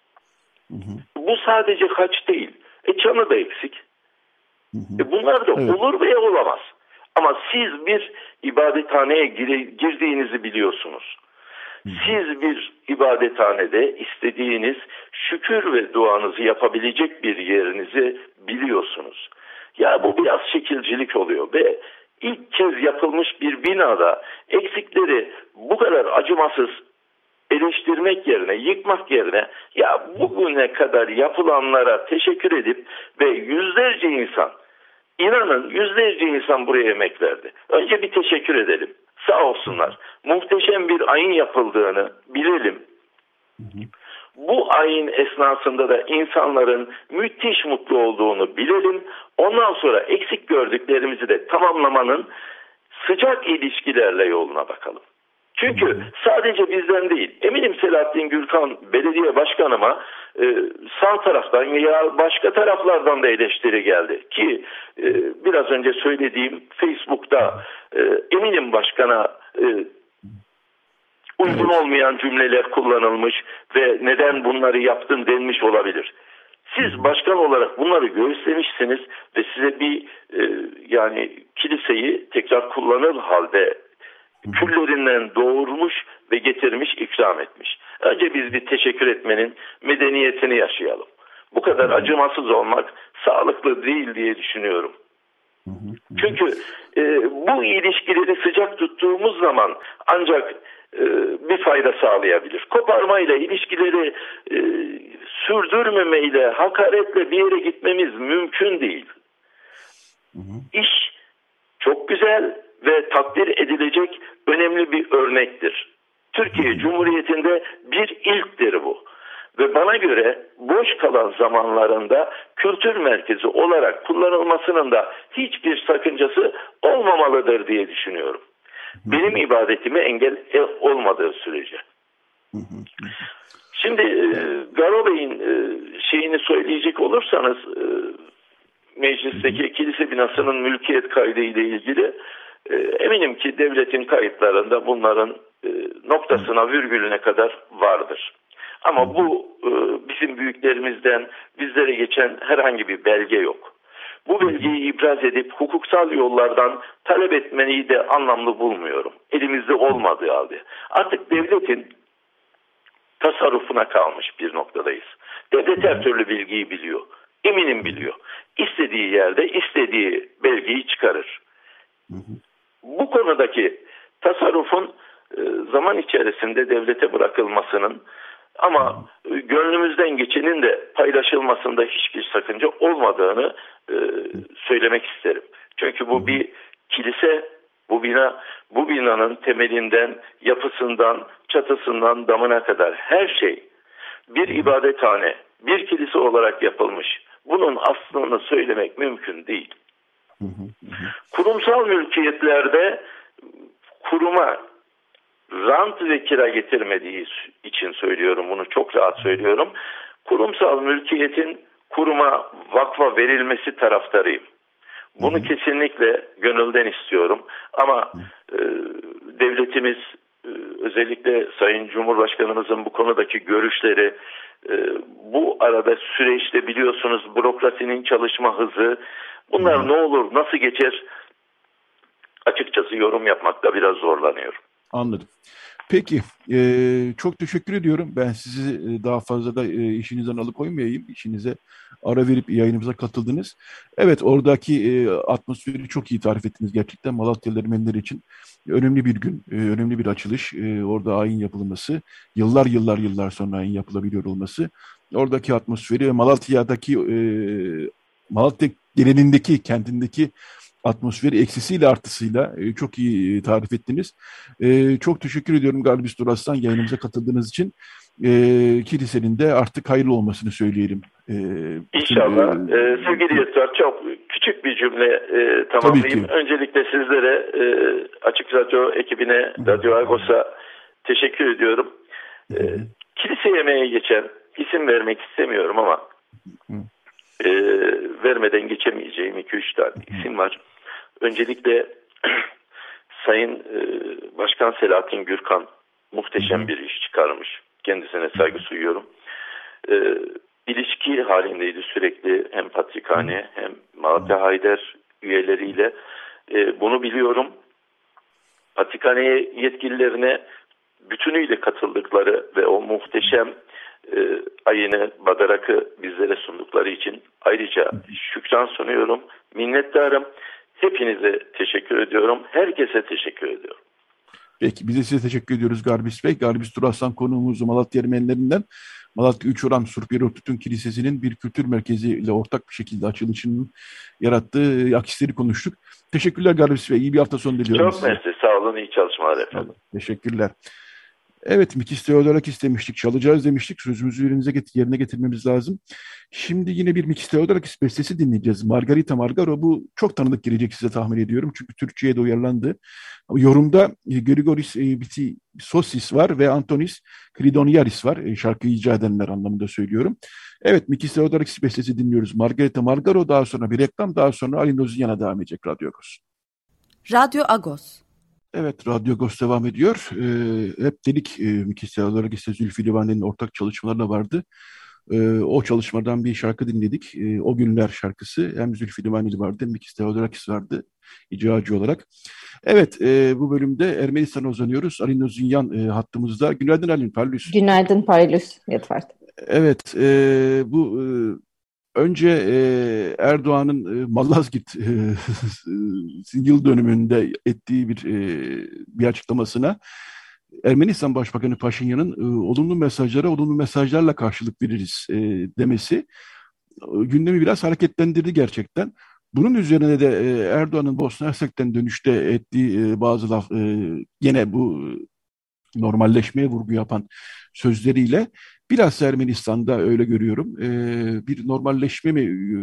Hı hı. Bu sadece haç değil. E çanı da eksik. Hı hı. E bunlar da evet. olur veya olamaz. Ama siz bir ibadethaneye gir- girdiğinizi biliyorsunuz. Siz bir ibadethanede istediğiniz şükür ve duanızı yapabilecek bir yerinizi biliyorsunuz. Ya bu biraz şekilcilik oluyor ve ilk kez yapılmış bir binada eksikleri bu kadar acımasız eleştirmek yerine, yıkmak yerine ya bugüne kadar yapılanlara teşekkür edip ve yüzlerce insan, inanın yüzlerce insan buraya emek verdi. Önce bir teşekkür edelim. Sağ olsunlar. Muhteşem bir ayin yapıldığını bilelim. Hı hı. Bu ayin esnasında da insanların müthiş mutlu olduğunu bilelim. Ondan sonra eksik gördüklerimizi de tamamlamanın sıcak ilişkilerle yoluna bakalım. Çünkü hı hı. sadece bizden değil, eminim Selahattin Gürkan belediye başkanıma e, sağ taraftan veya başka taraflardan da eleştiri geldi. Ki e, biraz önce söylediğim Facebook'ta e, eminim başkana e, uygun olmayan cümleler kullanılmış ve neden bunları yaptın denmiş olabilir. Siz başkan olarak bunları göğüslemişsiniz ve size bir e, yani kiliseyi tekrar kullanır halde küllerinden doğurmuş ve getirmiş, ikram etmiş. Önce biz bir teşekkür etmenin medeniyetini yaşayalım. Bu kadar acımasız olmak sağlıklı değil diye düşünüyorum. Çünkü e, bu ilişkileri sıcak tuttuğumuz zaman ancak e, bir fayda sağlayabilir. Koparmayla ilişkileri e, sürdürmemeyle, hakaretle bir yere gitmemiz mümkün değil. İş çok güzel ve takdir edilecek önemli bir örnektir. Türkiye Cumhuriyeti'nde bir ilktir bu. Ve bana göre boş kalan zamanlarında kültür merkezi olarak kullanılmasının da hiçbir sakıncası olmamalıdır diye düşünüyorum. Benim ibadetime engel olmadığı sürece. Şimdi Garo Bey'in şeyini söyleyecek olursanız meclisteki kilise binasının mülkiyet kaydı ile ilgili eminim ki devletin kayıtlarında bunların noktasına virgülüne kadar vardır. Ama bu bizim büyüklerimizden bizlere geçen herhangi bir belge yok. Bu belgeyi ibraz edip hukuksal yollardan talep etmeyi de anlamlı bulmuyorum. Elimizde olmadığı halde. Artık devletin tasarrufuna kalmış bir noktadayız. Devlet her türlü bilgiyi biliyor. Eminim biliyor. İstediği yerde istediği belgeyi çıkarır. Hı hı. Bu konudaki tasarrufun e, zaman içerisinde devlete bırakılmasının ama e, gönlümüzden geçenin de paylaşılmasında hiçbir sakınca olmadığını e, söylemek isterim. Çünkü bu bir kilise, bu bina, bu binanın temelinden, yapısından, çatısından, damına kadar her şey bir ibadethane, bir kilise olarak yapılmış. Bunun aslını söylemek mümkün değil. Kurumsal mülkiyetlerde kuruma rant ve kira getirmediği için söylüyorum bunu, çok rahat söylüyorum. Kurumsal mülkiyetin kuruma, vakfa verilmesi taraftarıyım. Bunu hı hı. kesinlikle gönülden istiyorum. Ama e, devletimiz e, özellikle Sayın Cumhurbaşkanımızın bu konudaki görüşleri, e, bu arada süreçte biliyorsunuz bürokrasinin çalışma hızı, bunlar hı hı. ne olur, nasıl geçer, açıkçası yorum yapmakta biraz zorlanıyorum. Anladım. Peki, e, çok teşekkür ediyorum. Ben sizi e, daha fazla da e, işinizden alıkoymayayım. İşinize ara verip yayınımıza katıldınız. Evet, oradaki e, atmosferi çok iyi tarif ettiniz gerçekten. Malatyalı Ermeniler için önemli bir gün, e, önemli bir açılış. E, orada ayin yapılması, yıllar yıllar yıllar sonra ayin yapılabiliyor olması. Oradaki atmosferi, Malatya'daki, e, Malatya genelindeki, kendindeki atmosferi eksisiyle artısıyla e, çok iyi e, tarif ettiniz. E, çok teşekkür ediyorum Garbis Duraslan yayınımıza katıldığınız için. E, kilisenin de artık hayırlı olmasını söyleyelim. E, İnşallah. Bütün, e, ee, sevgili Yetvar, çok küçük bir cümle e, tamamlayayım. Öncelikle sizlere, e, Açık Radyo ekibine, Radyo Agos'a teşekkür ediyorum. E, kilise yemeğe geçen, isim vermek istemiyorum ama e, vermeden geçemeyeceğim iki üç tane isim var. Öncelikle Sayın e, Başkan Selahattin Gürkan muhteşem bir iş çıkarmış. Kendisine saygı duyuyorum. E, ilişki halindeydi sürekli hem Patrikhane hem Malatya Hayder üyeleriyle. E, bunu biliyorum. Patrikhane'ye yetkililerine bütünüyle katıldıkları ve o muhteşem e, ayını, badarakı bizlere sundukları için ayrıca şükran sunuyorum. Minnettarım. Hepinize teşekkür ediyorum. Herkese teşekkür ediyorum. Peki, biz de size teşekkür ediyoruz Garbis Bey. Garbis Duraslan konuğumuz Malatya Ermenilerinden. Malatya Üç Oran Surpirotutun Kilisesi'nin bir kültür merkezi ile ortak bir şekilde açılışının yarattığı aksisleri konuştuk. Teşekkürler Garbis Bey. İyi bir hafta sonu diliyorum Çok size. mersi. Sağ olun. İyi çalışmalar efendim. Teşekkürler. Evet, Mikis Theodorakis demiştik, çalacağız demiştik. Sözümüzü yerinize get- yerine getirmemiz lazım. Şimdi yine bir Mikis Theodorakis bestesi dinleyeceğiz. Margarita Margaro, bu çok tanıdık gelecek size tahmin ediyorum. Çünkü Türkçe'ye de uyarlandı. Yorumda e, Grigoris e, Bitsisosis var ve Antonis Kridoniaris var. E, şarkıyı icra edenler anlamında söylüyorum. Evet, Mikis Theodorakis bestesi dinliyoruz. Margarita Margaro, daha sonra bir reklam, daha sonra Ali Nozunyan'a devam edecek Radyo Agos. Radyo Agos. Evet, Radyo Agos devam ediyor. Ee, hep dedik e, Mikis Theodorakis ile Zülfü Livaneli'nin ortak çalışmaları vardı. Ee, o çalışmadan bir şarkı dinledik. Ee, O Günler şarkısı. Hem Zülfü Livaneli vardı hem Mikis Theodorakis vardı icracı olarak. Evet, e, bu bölümde Ermenistan'a uzanıyoruz. Ali Nozunyan e, hattımızda. Günaydın Ali, Parlus. Günaydın Parlus, Yetvart. Evet, e, bu... E, Önce e, Erdoğan'ın e, Malazgirt e, yıl dönümünde ettiği bir e, bir açıklamasına Ermenistan Başbakanı Paşinyan'ın e, olumlu mesajlara olumlu mesajlarla karşılık veririz e, demesi e, gündemi biraz hareketlendirdi gerçekten. Bunun üzerine de e, Erdoğan'ın Bosna Hersek'ten dönüşte ettiği e, bazı laf, e, gene bu normalleşmeye vurgu yapan sözleriyle biraz Ermenistan'da öyle görüyorum. Ee, bir normalleşme mi e,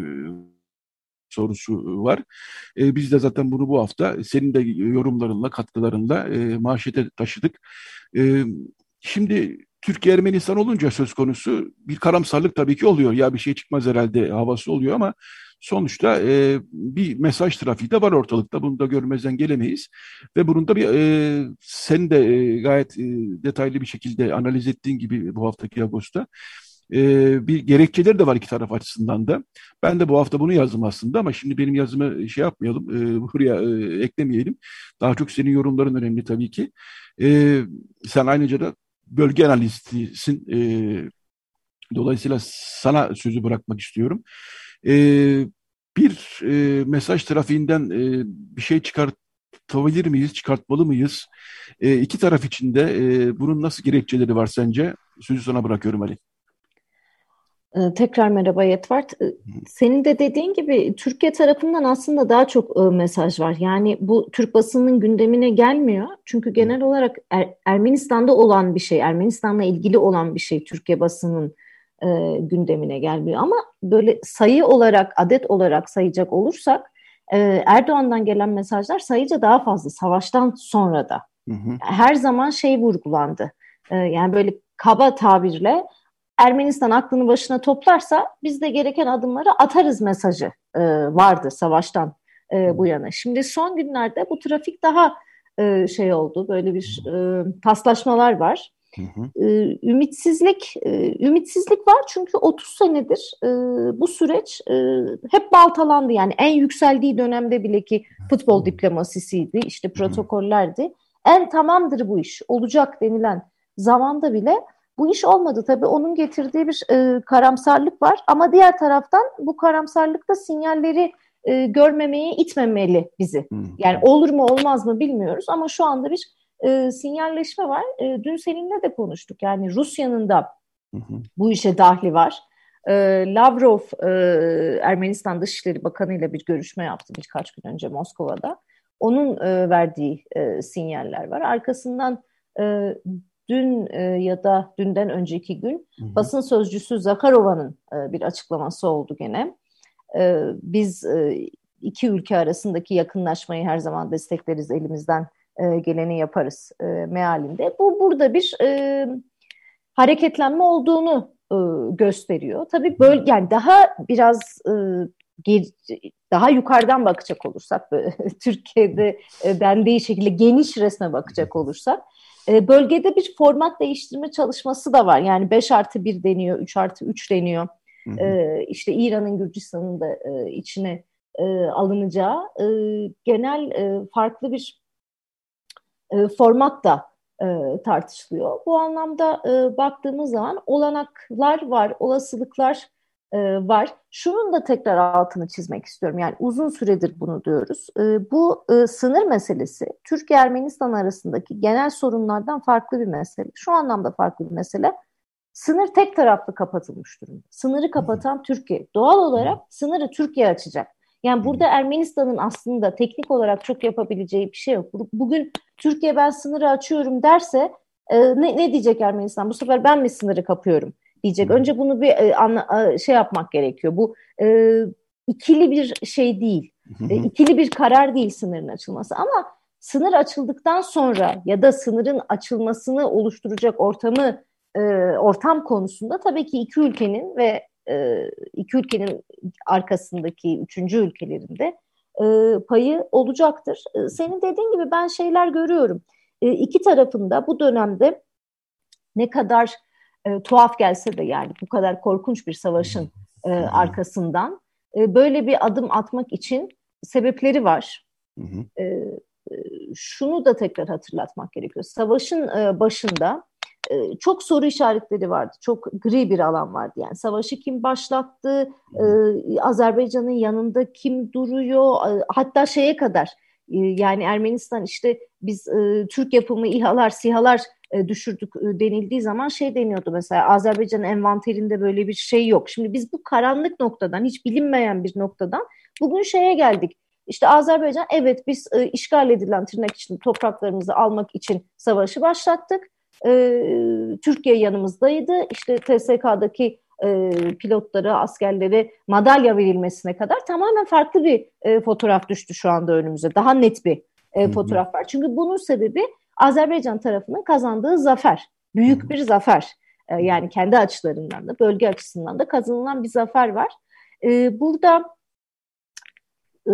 sorusu var. Ee, biz de zaten bunu bu hafta senin de yorumlarınla, katkılarınla e, manşete taşıdık. Ee, şimdi Türkiye Ermenistan olunca söz konusu bir karamsarlık tabii ki oluyor. Ya bir şey çıkmaz herhalde havası oluyor ama sonuçta e, bir mesaj trafiği de var ortalıkta. Bunu da görmezden gelemeyiz. Ve bunun da bir e, sen de e, gayet e, detaylı bir şekilde analiz ettiğin gibi bu haftaki Ağustos'ta e, bir gerekçeleri de var iki taraf açısından da. Ben de bu hafta bunu yazdım aslında ama şimdi benim yazımı şey yapmayalım, e, buraya e, eklemeyelim. Daha çok senin yorumların önemli tabii ki. E, sen ayrıca da bölge analistisin. E, dolayısıyla sana sözü bırakmak istiyorum. E, bir e, mesaj trafiğinden e, bir şey çıkartabilir miyiz, çıkartmalı mıyız? E, iki taraf için de e, bunun nasıl gerekçeleri var sence? Sözü sana bırakıyorum Ali. Ee, Tekrar merhaba Yetvart. Ee, Senin de dediğin gibi Türkiye tarafından aslında daha çok e, mesaj var. Yani bu Türk basınının gündemine gelmiyor. Çünkü genel olarak Er- Ermenistan'da olan bir şey, Ermenistan'la ilgili olan bir şey Türkiye basının e, gündemine gelmiyor. Ama böyle sayı olarak, adet olarak sayacak olursak e, Erdoğan'dan gelen mesajlar sayıca daha fazla. Savaştan sonra da. Hı hı. Her zaman şey vurgulandı. E, yani böyle kaba tabirle Ermenistan aklını başına toplarsa biz de gereken adımları atarız mesajı e, vardı savaştan e, bu yana. Şimdi son günlerde bu trafik daha e, şey oldu, böyle bir e, paslaşmalar var. Hı hı. E, ümitsizlik e, ümitsizlik var çünkü otuz senedir e, bu süreç e, hep baltalandı. Yani en yükseldiği dönemde bile ki futbol diplomasisiydi, işte protokollerdi. En tamamdır bu iş, olacak denilen zamanda bile bu iş olmadı. Tabii onun getirdiği bir e, karamsarlık var ama diğer taraftan bu karamsarlık da sinyalleri e, görmemeye itmemeli bizi. Hı. Yani olur mu olmaz mı bilmiyoruz ama şu anda bir e, sinyalleşme var. E, dün seninle de konuştuk. Yani Rusya'nın da Hı hı. bu işe dahli var. E, Lavrov e, Ermenistan Dışişleri Bakanı ile bir görüşme yaptı birkaç gün önce Moskova'da. Onun e, verdiği e, sinyaller var. Arkasından e, dün e, ya da dünden önceki gün Hı hı. basın sözcüsü Zakharova'nın e, bir açıklaması oldu gene. E, biz e, iki ülke arasındaki yakınlaşmayı her zaman destekleriz, elimizden e, geleni yaparız e, mealinde. Bu burada bir e, hareketlenme olduğunu e, gösteriyor. Tabii böyle yani daha biraz e, ger, daha yukarıdan bakacak olursak, Türkiye'de e, dendiği şekilde geniş resme bakacak olursak, e, bölgede bir format değiştirme çalışması da var. Yani beş artı bir deniyor, üç artı üç deniyor. Hı hı. E, işte İran'ın, Gürcistan'ın da e, içine e, alınacağı e, genel e, farklı bir e, format da e, tartışılıyor. Bu anlamda e, baktığımız zaman olanaklar var, olasılıklar e, var. Şunun da tekrar altını çizmek istiyorum. Yani uzun süredir bunu diyoruz. E, bu e, sınır meselesi Türkiye-Ermenistan arasındaki genel sorunlardan farklı bir mesele. Şu anlamda farklı bir mesele. Sınır tek taraflı kapatılmış durumda. Sınırı kapatan Türkiye. Doğal olarak sınırı Türkiye açacak. Yani burada Ermenistan'ın aslında teknik olarak çok yapabileceği bir şey yok. Bugün Türkiye ben sınırı açıyorum derse e, ne, ne diyecek Ermenistan? Bu sefer ben mi sınırı kapıyorum diyecek. Önce bunu bir e, anla, şey yapmak gerekiyor. Bu e, ikili bir şey değil. E, ikili bir karar değil sınırın açılması. Ama sınır açıldıktan sonra ya da sınırın açılmasını oluşturacak ortamı e, ortam konusunda tabii ki iki ülkenin ve e, iki ülkenin arkasındaki üçüncü ülkelerin de e, payı olacaktır. E, senin dediğin gibi ben şeyler görüyorum. E, iki tarafında bu dönemde ne kadar e, tuhaf gelse de, yani bu kadar korkunç bir savaşın e, arkasından e, böyle bir adım atmak için sebepleri var. E, e, şunu da tekrar hatırlatmak gerekiyor. Savaşın e, başında e, çok soru işaretleri vardı. Çok gri bir alan vardı. Yani savaşı kim başlattı? E, Azerbaycan'ın yanında kim duruyor? E, hatta şeye kadar e, yani Ermenistan işte biz e, Türk yapımı İHA'lar, SİHA'lar e, düşürdük e, denildiği zaman şey deniyordu mesela, Azerbaycan'ın envanterinde böyle bir şey yok. Şimdi biz bu karanlık noktadan, hiç bilinmeyen bir noktadan bugün şeye geldik. İşte Azerbaycan, evet biz e, işgal edilen tırnak içinde topraklarımızı almak için savaşı başlattık. E, Türkiye yanımızdaydı. İşte T S K'daki e, pilotlara, askerlere madalya verilmesine kadar tamamen farklı bir e, fotoğraf düştü şu anda önümüze. Daha net bir e, fotoğraf var. Çünkü bunun sebebi Azerbaycan tarafının kazandığı zafer. Büyük bir zafer. E, yani kendi açılarından da, bölge açısından da kazanılan bir zafer var. E, burada e,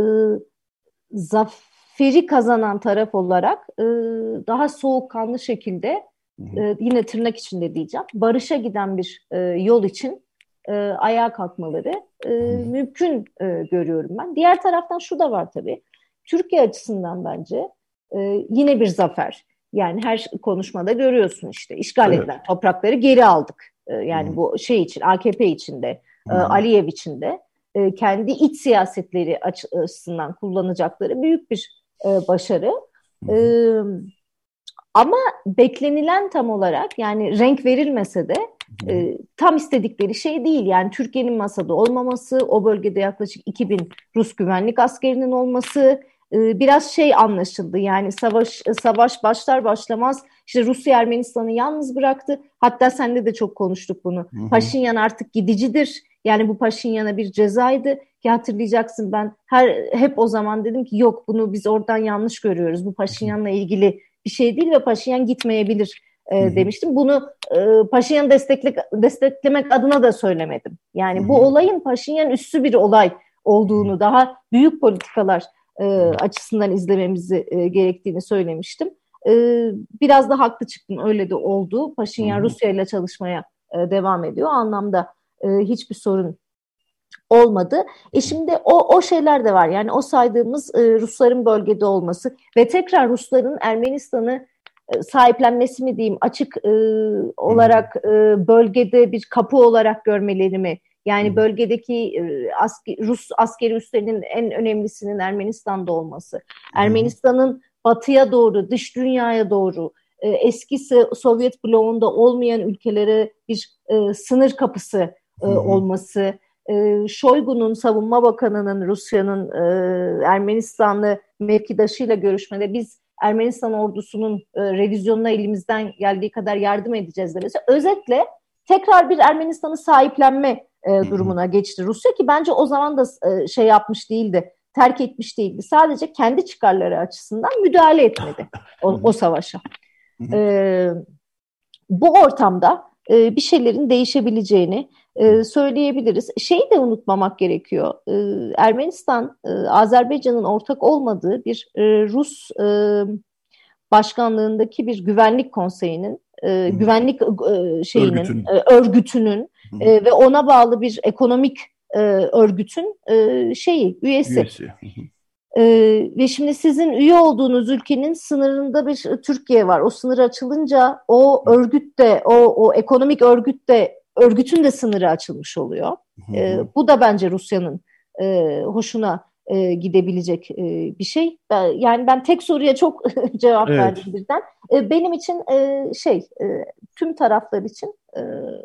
zaferi kazanan taraf olarak e, daha soğukkanlı şekilde, e, yine tırnak içinde diyeceğim, barışa giden bir e, yol için e, ayağa kalkmaları e, mümkün e, görüyorum ben. Diğer taraftan şu da var tabii. Türkiye açısından bence e, yine bir zafer. Yani her konuşmada görüyorsun işte işgal Evet. edilen toprakları geri aldık. E, yani bu şey için, A K P için de, e, Aliyev için de. e, kendi iç siyasetleri açısından kullanacakları büyük bir e, başarı. E, ama beklenilen tam olarak, yani renk verilmese de e, tam istedikleri şey değil. Yani Türkiye'nin masada olmaması, o bölgede yaklaşık iki bin Rus güvenlik askerinin olması, e, biraz şey anlaşıldı. Yani savaş savaş başlar başlamaz işte Rusya Ermenistan'ı yalnız bıraktı. Hatta seninle de çok konuştuk bunu. Hı hı. Paşinyan artık gidicidir. Yani bu Paşinyan'a bir cezaydı ki hatırlayacaksın, ben her hep o zaman dedim ki yok, bunu biz oradan yanlış görüyoruz. Bu Paşinyan'la ilgili bir şey değil ve Paşinyan gitmeyebilir e, demiştim. Bunu e, Paşinyan'ı destekle, desteklemek adına da söylemedim. Yani hı hı. bu olayın Paşinyan üssü bir olay olduğunu, daha büyük politikalar e, açısından izlememizi e, gerektiğini söylemiştim. E, biraz da haklı çıktım, öyle de oldu. Paşinyan Rusya ile çalışmaya e, devam ediyor. O anlamda e, hiçbir sorun olmadı. E şimdi o o şeyler de var. Yani o saydığımız e, Rusların bölgede olması ve tekrar Rusların Ermenistan'ı e, sahiplenmesi mi diyeyim, açık e, olarak e, bölgede bir kapı olarak görmeleri mi? Yani hmm. bölgedeki e, asker, Rus askeri üslerinin en önemlisinin Ermenistan'da olması. Hmm. Ermenistan'ın batıya doğru, dış dünyaya doğru, e, eski Sovyet bloğunda olmayan ülkelere bir e, sınır kapısı e, hmm. olması. E, Şoygu'nun, Savunma Bakanı'nın, Rusya'nın e, Ermenistanlı mevkidaşıyla görüşmede biz Ermenistan ordusunun e, revizyonuna elimizden geldiği kadar yardım edeceğiz demesi. Özetle tekrar bir Ermenistan'ı sahiplenme e, durumuna geçti Rusya, ki bence o zaman da e, şey yapmış değildi, terk etmiş değildi. Sadece kendi çıkarları açısından müdahale etmedi o, o savaşa. E, bu ortamda e, bir şeylerin değişebileceğini e, söyleyebiliriz. Şeyi de unutmamak gerekiyor. E, Ermenistan, e, Azerbaycan'ın ortak olmadığı bir e, Rus e, başkanlığındaki bir güvenlik konseyinin, e, güvenlik e, şeyinin, örgütünün, e, örgütünün e, ve ona bağlı bir ekonomik e, örgütün e, şeyi, üyesi. üyesi. Ee, ve şimdi sizin üye olduğunuz ülkenin sınırında bir Türkiye var. O sınır açılınca o örgüt de, o, o ekonomik örgüt de, örgütün de sınırı açılmış oluyor. Ee, bu da bence Rusya'nın e, hoşuna e, gidebilecek e, bir şey. Ben, yani ben tek soruya çok cevap evet. verdim birden. E, benim için e, şey, e, tüm taraflar için e,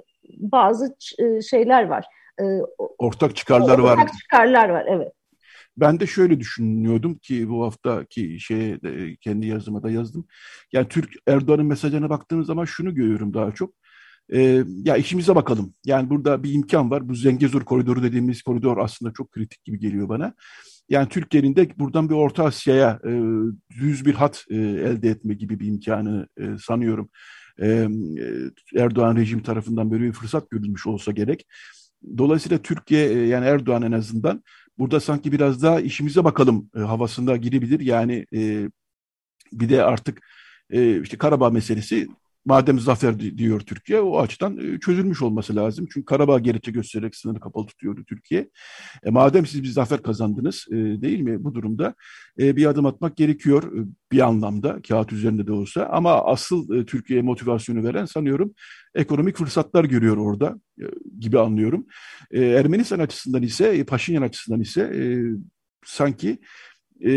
bazı e, şeyler var. E, ortak çıkarlar var. Ortak çıkarlar var, evet. Ben de şöyle düşünüyordum ki bu haftaki şeye kendi yazıma da yazdım. Yani Türk Erdoğan'ın mesajına baktığımız zaman şunu görüyorum daha çok. Ee, ya işimize bakalım. Yani burada bir imkan var. Bu Zengezur koridoru dediğimiz koridor aslında çok kritik gibi geliyor bana. Yani Türkiye'nin de buradan bir Orta Asya'ya e, düz bir hat e, elde etme gibi bir imkanı e, sanıyorum. E, Erdoğan rejim tarafından böyle bir fırsat görülmüş olsa gerek. Dolayısıyla Türkiye, yani Erdoğan en azından burada sanki biraz daha işimize bakalım e, havasında girebilir. Yani e, bir de artık e, işte Karabağ meselesi, madem zafer diyor Türkiye, o açıdan e, çözülmüş olması lazım. Çünkü Karabağ gerekçe göstererek sınırı kapalı tutuyordu Türkiye. E, madem siz bir zafer kazandınız e, değil mi, bu durumda e, bir adım atmak gerekiyor e, bir anlamda, kağıt üzerinde de olsa. Ama asıl e, Türkiye'ye motivasyonu veren sanıyorum ekonomik fırsatlar görüyor orada e, gibi anlıyorum. E, Ermenistan açısından ise, Paşinyan açısından ise e, sanki e,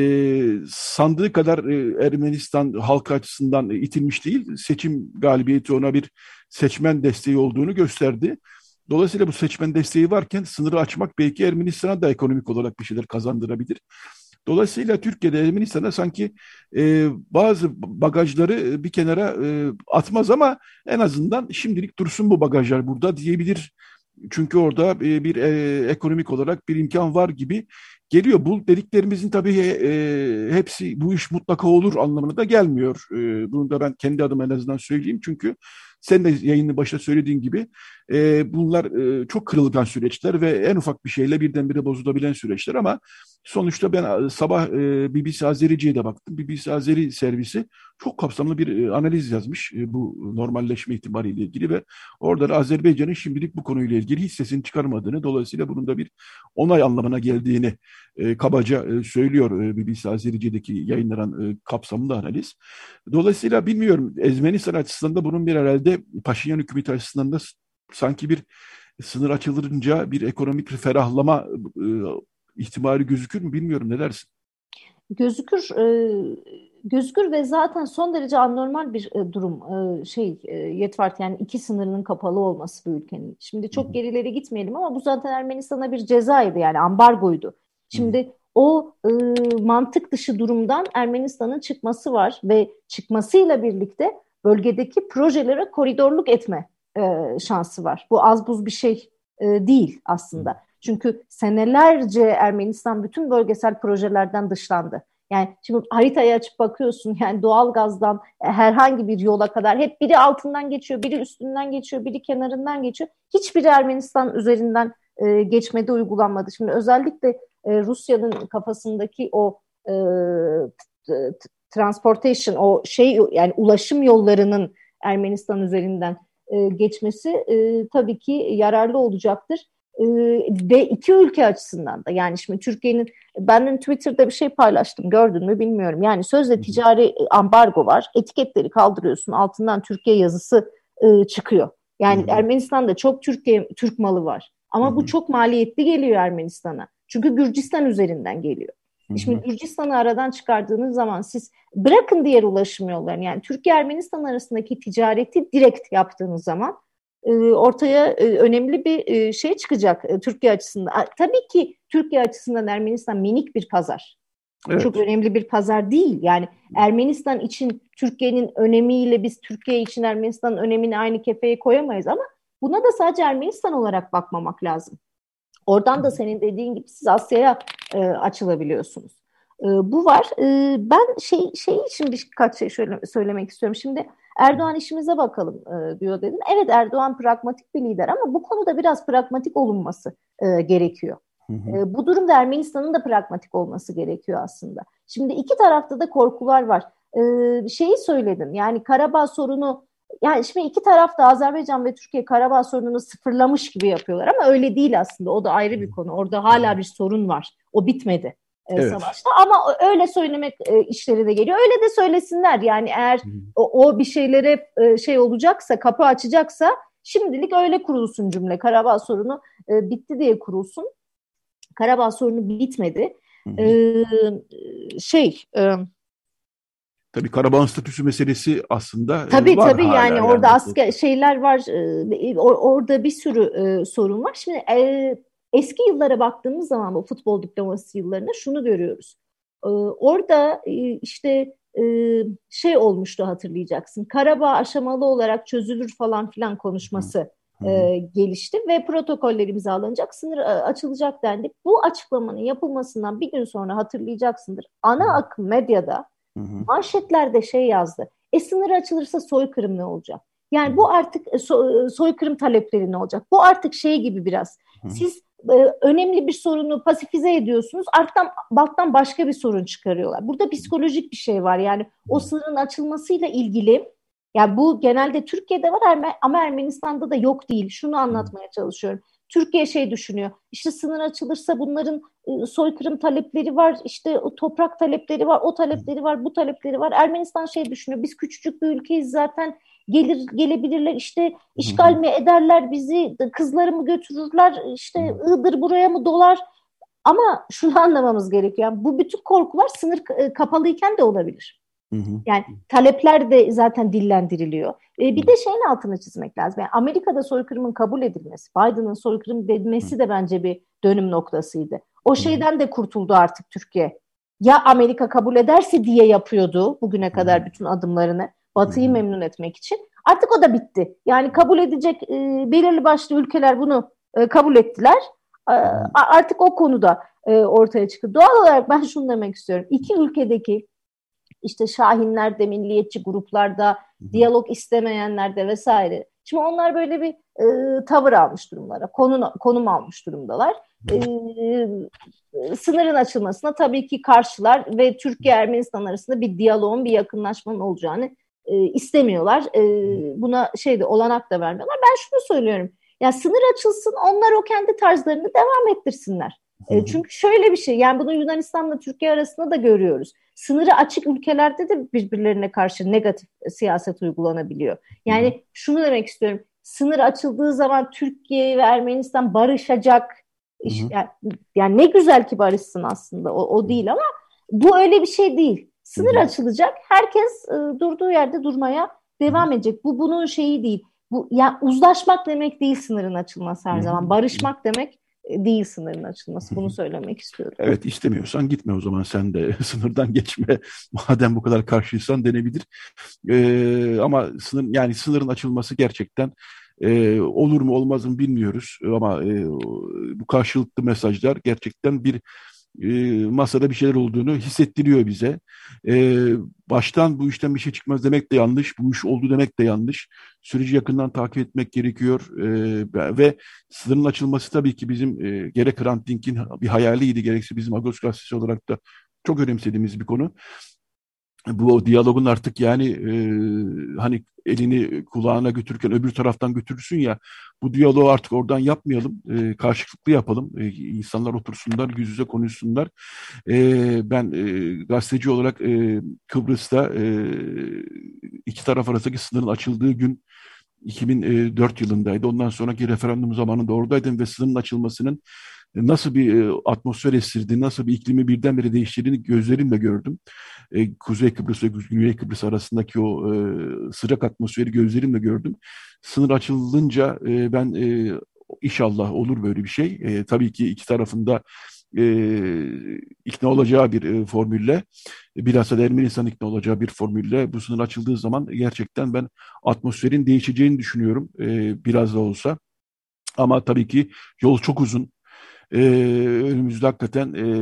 sandığı kadar e, Ermenistan halkı açısından e, itilmiş değil. Seçim galibiyeti ona bir seçmen desteği olduğunu gösterdi. Dolayısıyla bu seçmen desteği varken sınırı açmak belki Ermenistan'a da ekonomik olarak bir şeyler kazandırabilir. Dolayısıyla Türkiye'de Ermenistan'a sanki e, bazı bagajları bir kenara e, atmaz ama en azından şimdilik dursun bu bagajlar burada diyebilir. Çünkü orada e, bir e, ekonomik olarak bir imkan var gibi geliyor. Bu dediklerimizin tabii e, hepsi bu iş mutlaka olur anlamına da gelmiyor. E, bunu da ben kendi adıma en azından söyleyeyim. Çünkü sen de yayının başta söylediğin gibi e, bunlar e, çok kırılgan süreçler ve en ufak bir şeyle birdenbire bozulabilen süreçler ama sonuçta ben sabah e, B B C Azerice'ye de baktım. B B C Azeri servisi çok kapsamlı bir e, analiz yazmış e, bu normalleşme ihtimaliyle ilgili ve orada da Azerbaycan'ın şimdilik bu konuyla ilgili hiç sesini çıkarmadığını, dolayısıyla bunun da bir onay anlamına geldiğini e, kabaca e, söylüyor e, B B C Azerice'deki yayınlanan e, kapsamlı analiz. Dolayısıyla bilmiyorum, Ermenistan açısından da bunun bir herhalde Paşinyan hükümeti açısından da sanki bir sınır açılınca bir ekonomik bir ferahlama e, ihtimali gözükür mü bilmiyorum, ne dersin? Gözükür, e, gözükür ve zaten son derece anormal bir e, durum e, şey e, Yetvart, yani iki sınırının kapalı olması bu ülkenin. Şimdi çok Hı-hı. gerilere gitmeyelim ama bu zaten Ermenistan'a bir cezaydı, yani ambargoydu. Şimdi Hı-hı. o e, mantık dışı durumdan Ermenistan'ın çıkması var ve çıkmasıyla birlikte bölgedeki projelere koridorluk etme e, şansı var. Bu az buz bir şey e, değil aslında. Hı-hı. Çünkü senelerce Ermenistan bütün bölgesel projelerden dışlandı. Yani şimdi haritayı açıp bakıyorsun, yani doğalgazdan herhangi bir yola kadar hep biri altından geçiyor, biri üstünden geçiyor, biri kenarından geçiyor. Hiçbiri Ermenistan üzerinden e, geçmede uygulanmadı. Şimdi özellikle e, Rusya'nın kafasındaki o e, t- t- transportation, o şey, yani ulaşım yollarının Ermenistan üzerinden e, geçmesi e, tabii ki yararlı olacaktır. Ve iki ülke açısından da, yani şimdi Türkiye'nin, ben Twitter'da bir şey paylaştım, gördün mü bilmiyorum, yani sözde ticari ambargo var, etiketleri kaldırıyorsun, altından Türkiye yazısı e, çıkıyor. Yani Hı-hı. Ermenistan'da çok Türkiye Türk malı var ama Hı-hı. bu çok maliyetli geliyor Ermenistan'a, çünkü Gürcistan üzerinden geliyor. Hı-hı. Şimdi Gürcistan'ı aradan çıkardığınız zaman siz bırakın diğer ulaşım yollarını, yani Türkiye Ermenistan arasındaki ticareti direkt yaptığınız zaman ortaya önemli bir şey çıkacak Türkiye açısından. Tabii ki Türkiye açısından Ermenistan minik bir pazar. Evet. Çok önemli bir pazar değil. Yani Ermenistan için Türkiye'nin önemiyle biz Türkiye için Ermenistan'ın önemini aynı kefeye koyamayız ama buna da sadece Ermenistan olarak bakmamak lazım. Oradan da senin dediğin gibi siz Asya'ya e, açılabiliyorsunuz. E, bu var. E, ben şey şey için birkaç şey şöyle söylemek istiyorum. Şimdi Erdoğan işimize bakalım e, diyor dedim. Evet, Erdoğan pragmatik bir lider ama bu konuda biraz pragmatik olunması e, gerekiyor. Hı hı. E, bu durumda Ermenistan'ın da pragmatik olması gerekiyor aslında. Şimdi iki tarafta da korkular var. E, şeyi söyledin, yani Karabağ sorunu, yani şimdi iki taraf da, Azerbaycan ve Türkiye, Karabağ sorununu sıfırlamış gibi yapıyorlar ama öyle değil aslında. O da ayrı bir konu. Orada hala bir sorun var. O bitmedi. Evet. Savaşta, ama öyle söylemek e, işleri de geliyor. Öyle de söylesinler. Yani eğer o, o bir şeylere e, şey olacaksa, kapı açacaksa şimdilik öyle kurulsun cümle. Karabağ sorunu e, bitti diye kurulsun. Karabağ sorunu bitmedi. E, şey e, Tabii Karabağ statüsü meselesi aslında tabii, var tabii, hala. yani, yani orada yani. asker şeyler var. E, orada bir sürü e, sorun var. Şimdi e, eski yıllara baktığımız zaman, bu futbol diplomasisi yıllarına, şunu görüyoruz. Ee, orada e, işte e, şey olmuştu, hatırlayacaksın. Karabağ aşamalı olarak çözülür falan filan konuşması e, gelişti ve protokoller imzalanacak, sınır e, açılacak dendi. Bu açıklamanın yapılmasından bir gün sonra, hatırlayacaksındır, ana akım medyada manşetlerde şey yazdı. E sınır açılırsa soykırım ne olacak? Yani bu artık so, soykırım talepleri ne olacak? Bu artık şey gibi biraz. Siz önemli bir sorunu pasifize ediyorsunuz. Arttan, balttan başka bir sorun çıkarıyorlar. Burada psikolojik bir şey var. Yani o sınırın açılmasıyla ilgili, yani bu genelde Türkiye'de var ama Ermenistan'da da yok değil. Şunu anlatmaya çalışıyorum. Türkiye şey düşünüyor. İşte sınır açılırsa bunların soykırım talepleri var. İşte toprak talepleri var. O talepleri var. Bu talepleri var. Ermenistan şey düşünüyor. Biz küçücük bir ülkeyiz zaten. Gelir gelebilirler, işte işgal mi ederler bizi, kızları mı götürürler, işte Iğdır buraya mı dolar, ama şunu anlamamız gerekiyor, yani bu bütün korkular sınır kapalıyken de olabilir. Hı hı. Yani talepler de zaten dillendiriliyor. Ee, bir de şeyin altını çizmek lazım. Yani Amerika'da soykırımın kabul edilmesi, Biden'ın soykırım demesi de bence bir dönüm noktasıydı. O şeyden de kurtuldu artık Türkiye. Ya Amerika kabul ederse diye yapıyordu bugüne kadar bütün adımlarını, Batı'yı memnun etmek için. Artık o da bitti. Yani kabul edecek e, belirli başlı ülkeler bunu e, kabul ettiler. E, artık o konuda e, ortaya çıktı. Doğal olarak ben şunu demek istiyorum. İki ülkedeki işte Şahinler'de, milliyetçi gruplarda, diyalog istemeyenlerde vesaire. Şimdi onlar böyle bir e, tavır almış durumlara, konum, konum almış durumdalar. E, sınırın açılmasına tabii ki karşılar ve Türkiye-Ermenistan arasında bir diyaloğun, bir yakınlaşmanın olacağını e, istemiyorlar. E, buna şeyde olanak da vermiyorlar. Ben şunu söylüyorum. Ya sınır açılsın, onlar o kendi tarzlarını devam ettirsinler. E, çünkü şöyle bir şey, yani bunu Yunanistan'la Türkiye arasında da görüyoruz. Sınırı açık ülkelerde de birbirlerine karşı negatif siyaset uygulanabiliyor. Yani şunu demek istiyorum. sınır açıldığı zaman Türkiye ve Ermenistan barışacak. Hı hı. Yani, yani ne güzel ki barışsın aslında, o, o değil ama bu öyle bir şey değil. Sınır hı hı. açılacak, herkes e, durduğu yerde durmaya devam hı hı. edecek. Bu bunun şeyi değil. Bu yani uzlaşmak demek değil sınırın açılması her hı hı. zaman. Barışmak demek değil sınırın açılması. Bunu söylemek istiyorum. Evet, istemiyorsan gitme o zaman sen de sınırdan geçme. Madem bu kadar karşıysan denebilir. Ee, ama sınır yani sınırın açılması gerçekten e, olur mu olmaz mı bilmiyoruz. Ama e, bu karşılıklı mesajlar gerçekten bir e, masada bir şeyler olduğunu hissettiriyor bize. E, baştan bu işten bir şey çıkmaz demek de yanlış. Bu iş oldu demek de yanlış. Süreci yakından takip etmek gerekiyor. E, ve sınırın açılması tabii ki bizim e, gerek Hrant Dink'in bir hayaliydi, gerekse bizim Agos gazetesi olarak da çok önemsediğimiz bir konu. Bu o diyalogun artık yani e, hani elini kulağına götürürken öbür taraftan götürürsün ya, bu diyaloğu artık oradan yapmayalım, e, karşılıklı yapalım. E, insanlar otursunlar, yüz yüze konuşsunlar. E, ben e, gazeteci olarak e, Kıbrıs'ta e, iki taraf arasındaki sınırın açıldığı gün iki bin dört yılındaydı. Ondan sonraki referandum zamanında oradaydım ve sınırın açılmasının nasıl bir atmosfer estirdiğini, nasıl bir iklimi birdenbire değiştirdiğini gözlerimle gördüm. Kuzey Kıbrıs ve Güney Kıbrıs arasındaki o sıcak atmosferi gözlerimle gördüm. Sınır açılınca ben inşallah olur böyle bir şey. Tabii ki iki tarafında ikna olacağı bir formülle, bilhassa da Ermenistan ikna olacağı bir formülle bu sınır açıldığı zaman gerçekten ben atmosferin değişeceğini düşünüyorum, biraz da olsa. Ama tabii ki yol çok uzun. Ee, önümüzde hakikaten e,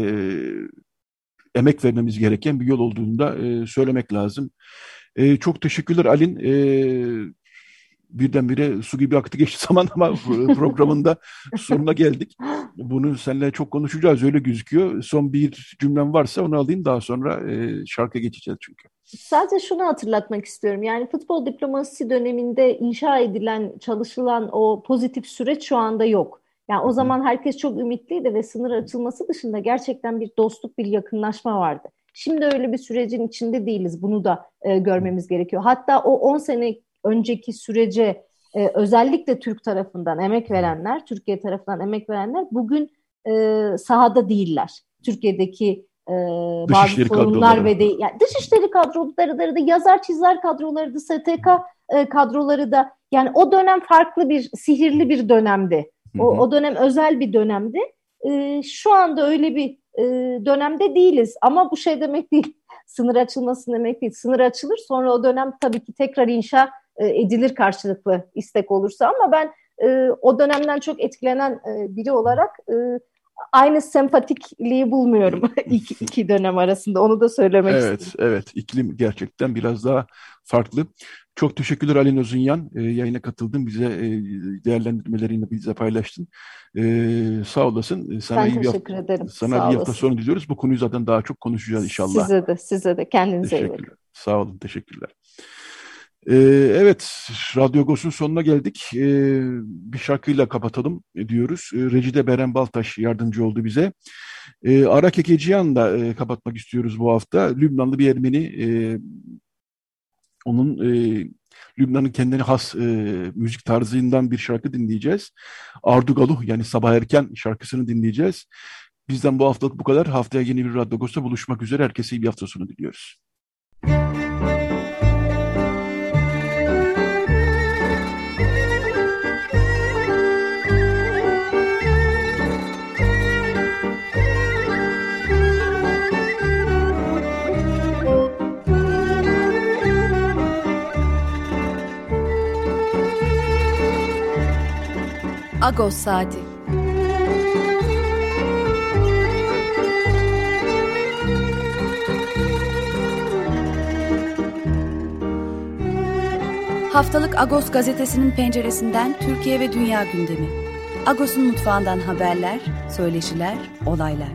emek vermemiz gereken bir yol olduğunu da e, söylemek lazım. E, çok teşekkürler Alin. E, birdenbire su gibi aktı geçti zaman ama programında sonuna geldik. Bunu seninle çok konuşacağız, öyle gözüküyor. Son bir cümlem varsa onu alayım, daha sonra e, şarkıya geçeceğiz çünkü. Sadece şunu hatırlatmak istiyorum. Yani futbol diplomasisi döneminde inşa edilen, çalışılan o pozitif süreç şu anda yok. Yani o zaman herkes çok ümitliydi ve sınır açılması dışında gerçekten bir dostluk, bir yakınlaşma vardı. Şimdi öyle bir sürecin içinde değiliz. Bunu da e, görmemiz gerekiyor. Hatta o on sene önceki sürece e, özellikle Türk tarafından emek verenler, Türkiye tarafından emek verenler bugün e, sahada değiller. Türkiye'deki e, bazı sorunlar ve de, yani dışişleri kadroları da, yazar çizer kadroları da, S T K e, kadroları da, yani o dönem farklı bir, sihirli bir dönemdi. O, o dönem özel bir dönemdi. E, şu anda öyle bir e, dönemde değiliz. Ama bu şey demek değil. Sınır açılması demek değil. Sınır açılır, sonra o dönem tabii ki tekrar inşa e, edilir karşılıklı istek olursa. Ama ben e, o dönemden çok etkilenen e, biri olarak e, aynı sempatikliği bulmuyorum iki, iki dönem arasında. Onu da söylemek evet, istedim. Evet, iklim gerçekten biraz daha farklı. Çok teşekkürler Alin Özünyan. E, yayına katıldın. Bize e, değerlendirmelerini bize paylaştın. E, sağ olasın. Sana ben iyi teşekkür bir hafta, ederim. Sana sağ iyi hafta sonu diliyoruz. Bu konuyu zaten daha çok konuşacağız inşallah. Size de, size de. Kendinize iyi bakın. Sağ olun, teşekkürler. Ee, evet, Radyo Agos'un sonuna geldik. Ee, bir şarkıyla kapatalım diyoruz. Ee, Recide Beren Baltaş yardımcı oldu bize. Ee, Ara Kekeciyan'la e, kapatmak istiyoruz bu hafta. Lübnanlı bir Ermeni, e, onun e, Lübnan'ın kendine has e, müzik tarzından bir şarkı dinleyeceğiz. Ardugaluh, yani sabah erken şarkısını dinleyeceğiz. Bizden bu haftalık bu kadar. Haftaya yeni bir Radyo Agos'ta buluşmak üzere. Herkese iyi bir hafta sonu diliyoruz. Agos Saati. Haftalık Agos gazetesinin penceresinden Türkiye ve dünya gündemi. Agos'un mutfağından haberler, söyleşiler, olaylar.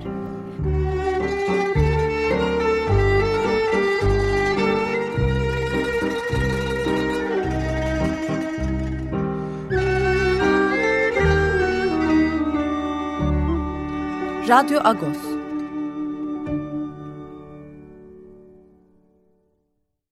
Radyo Agos.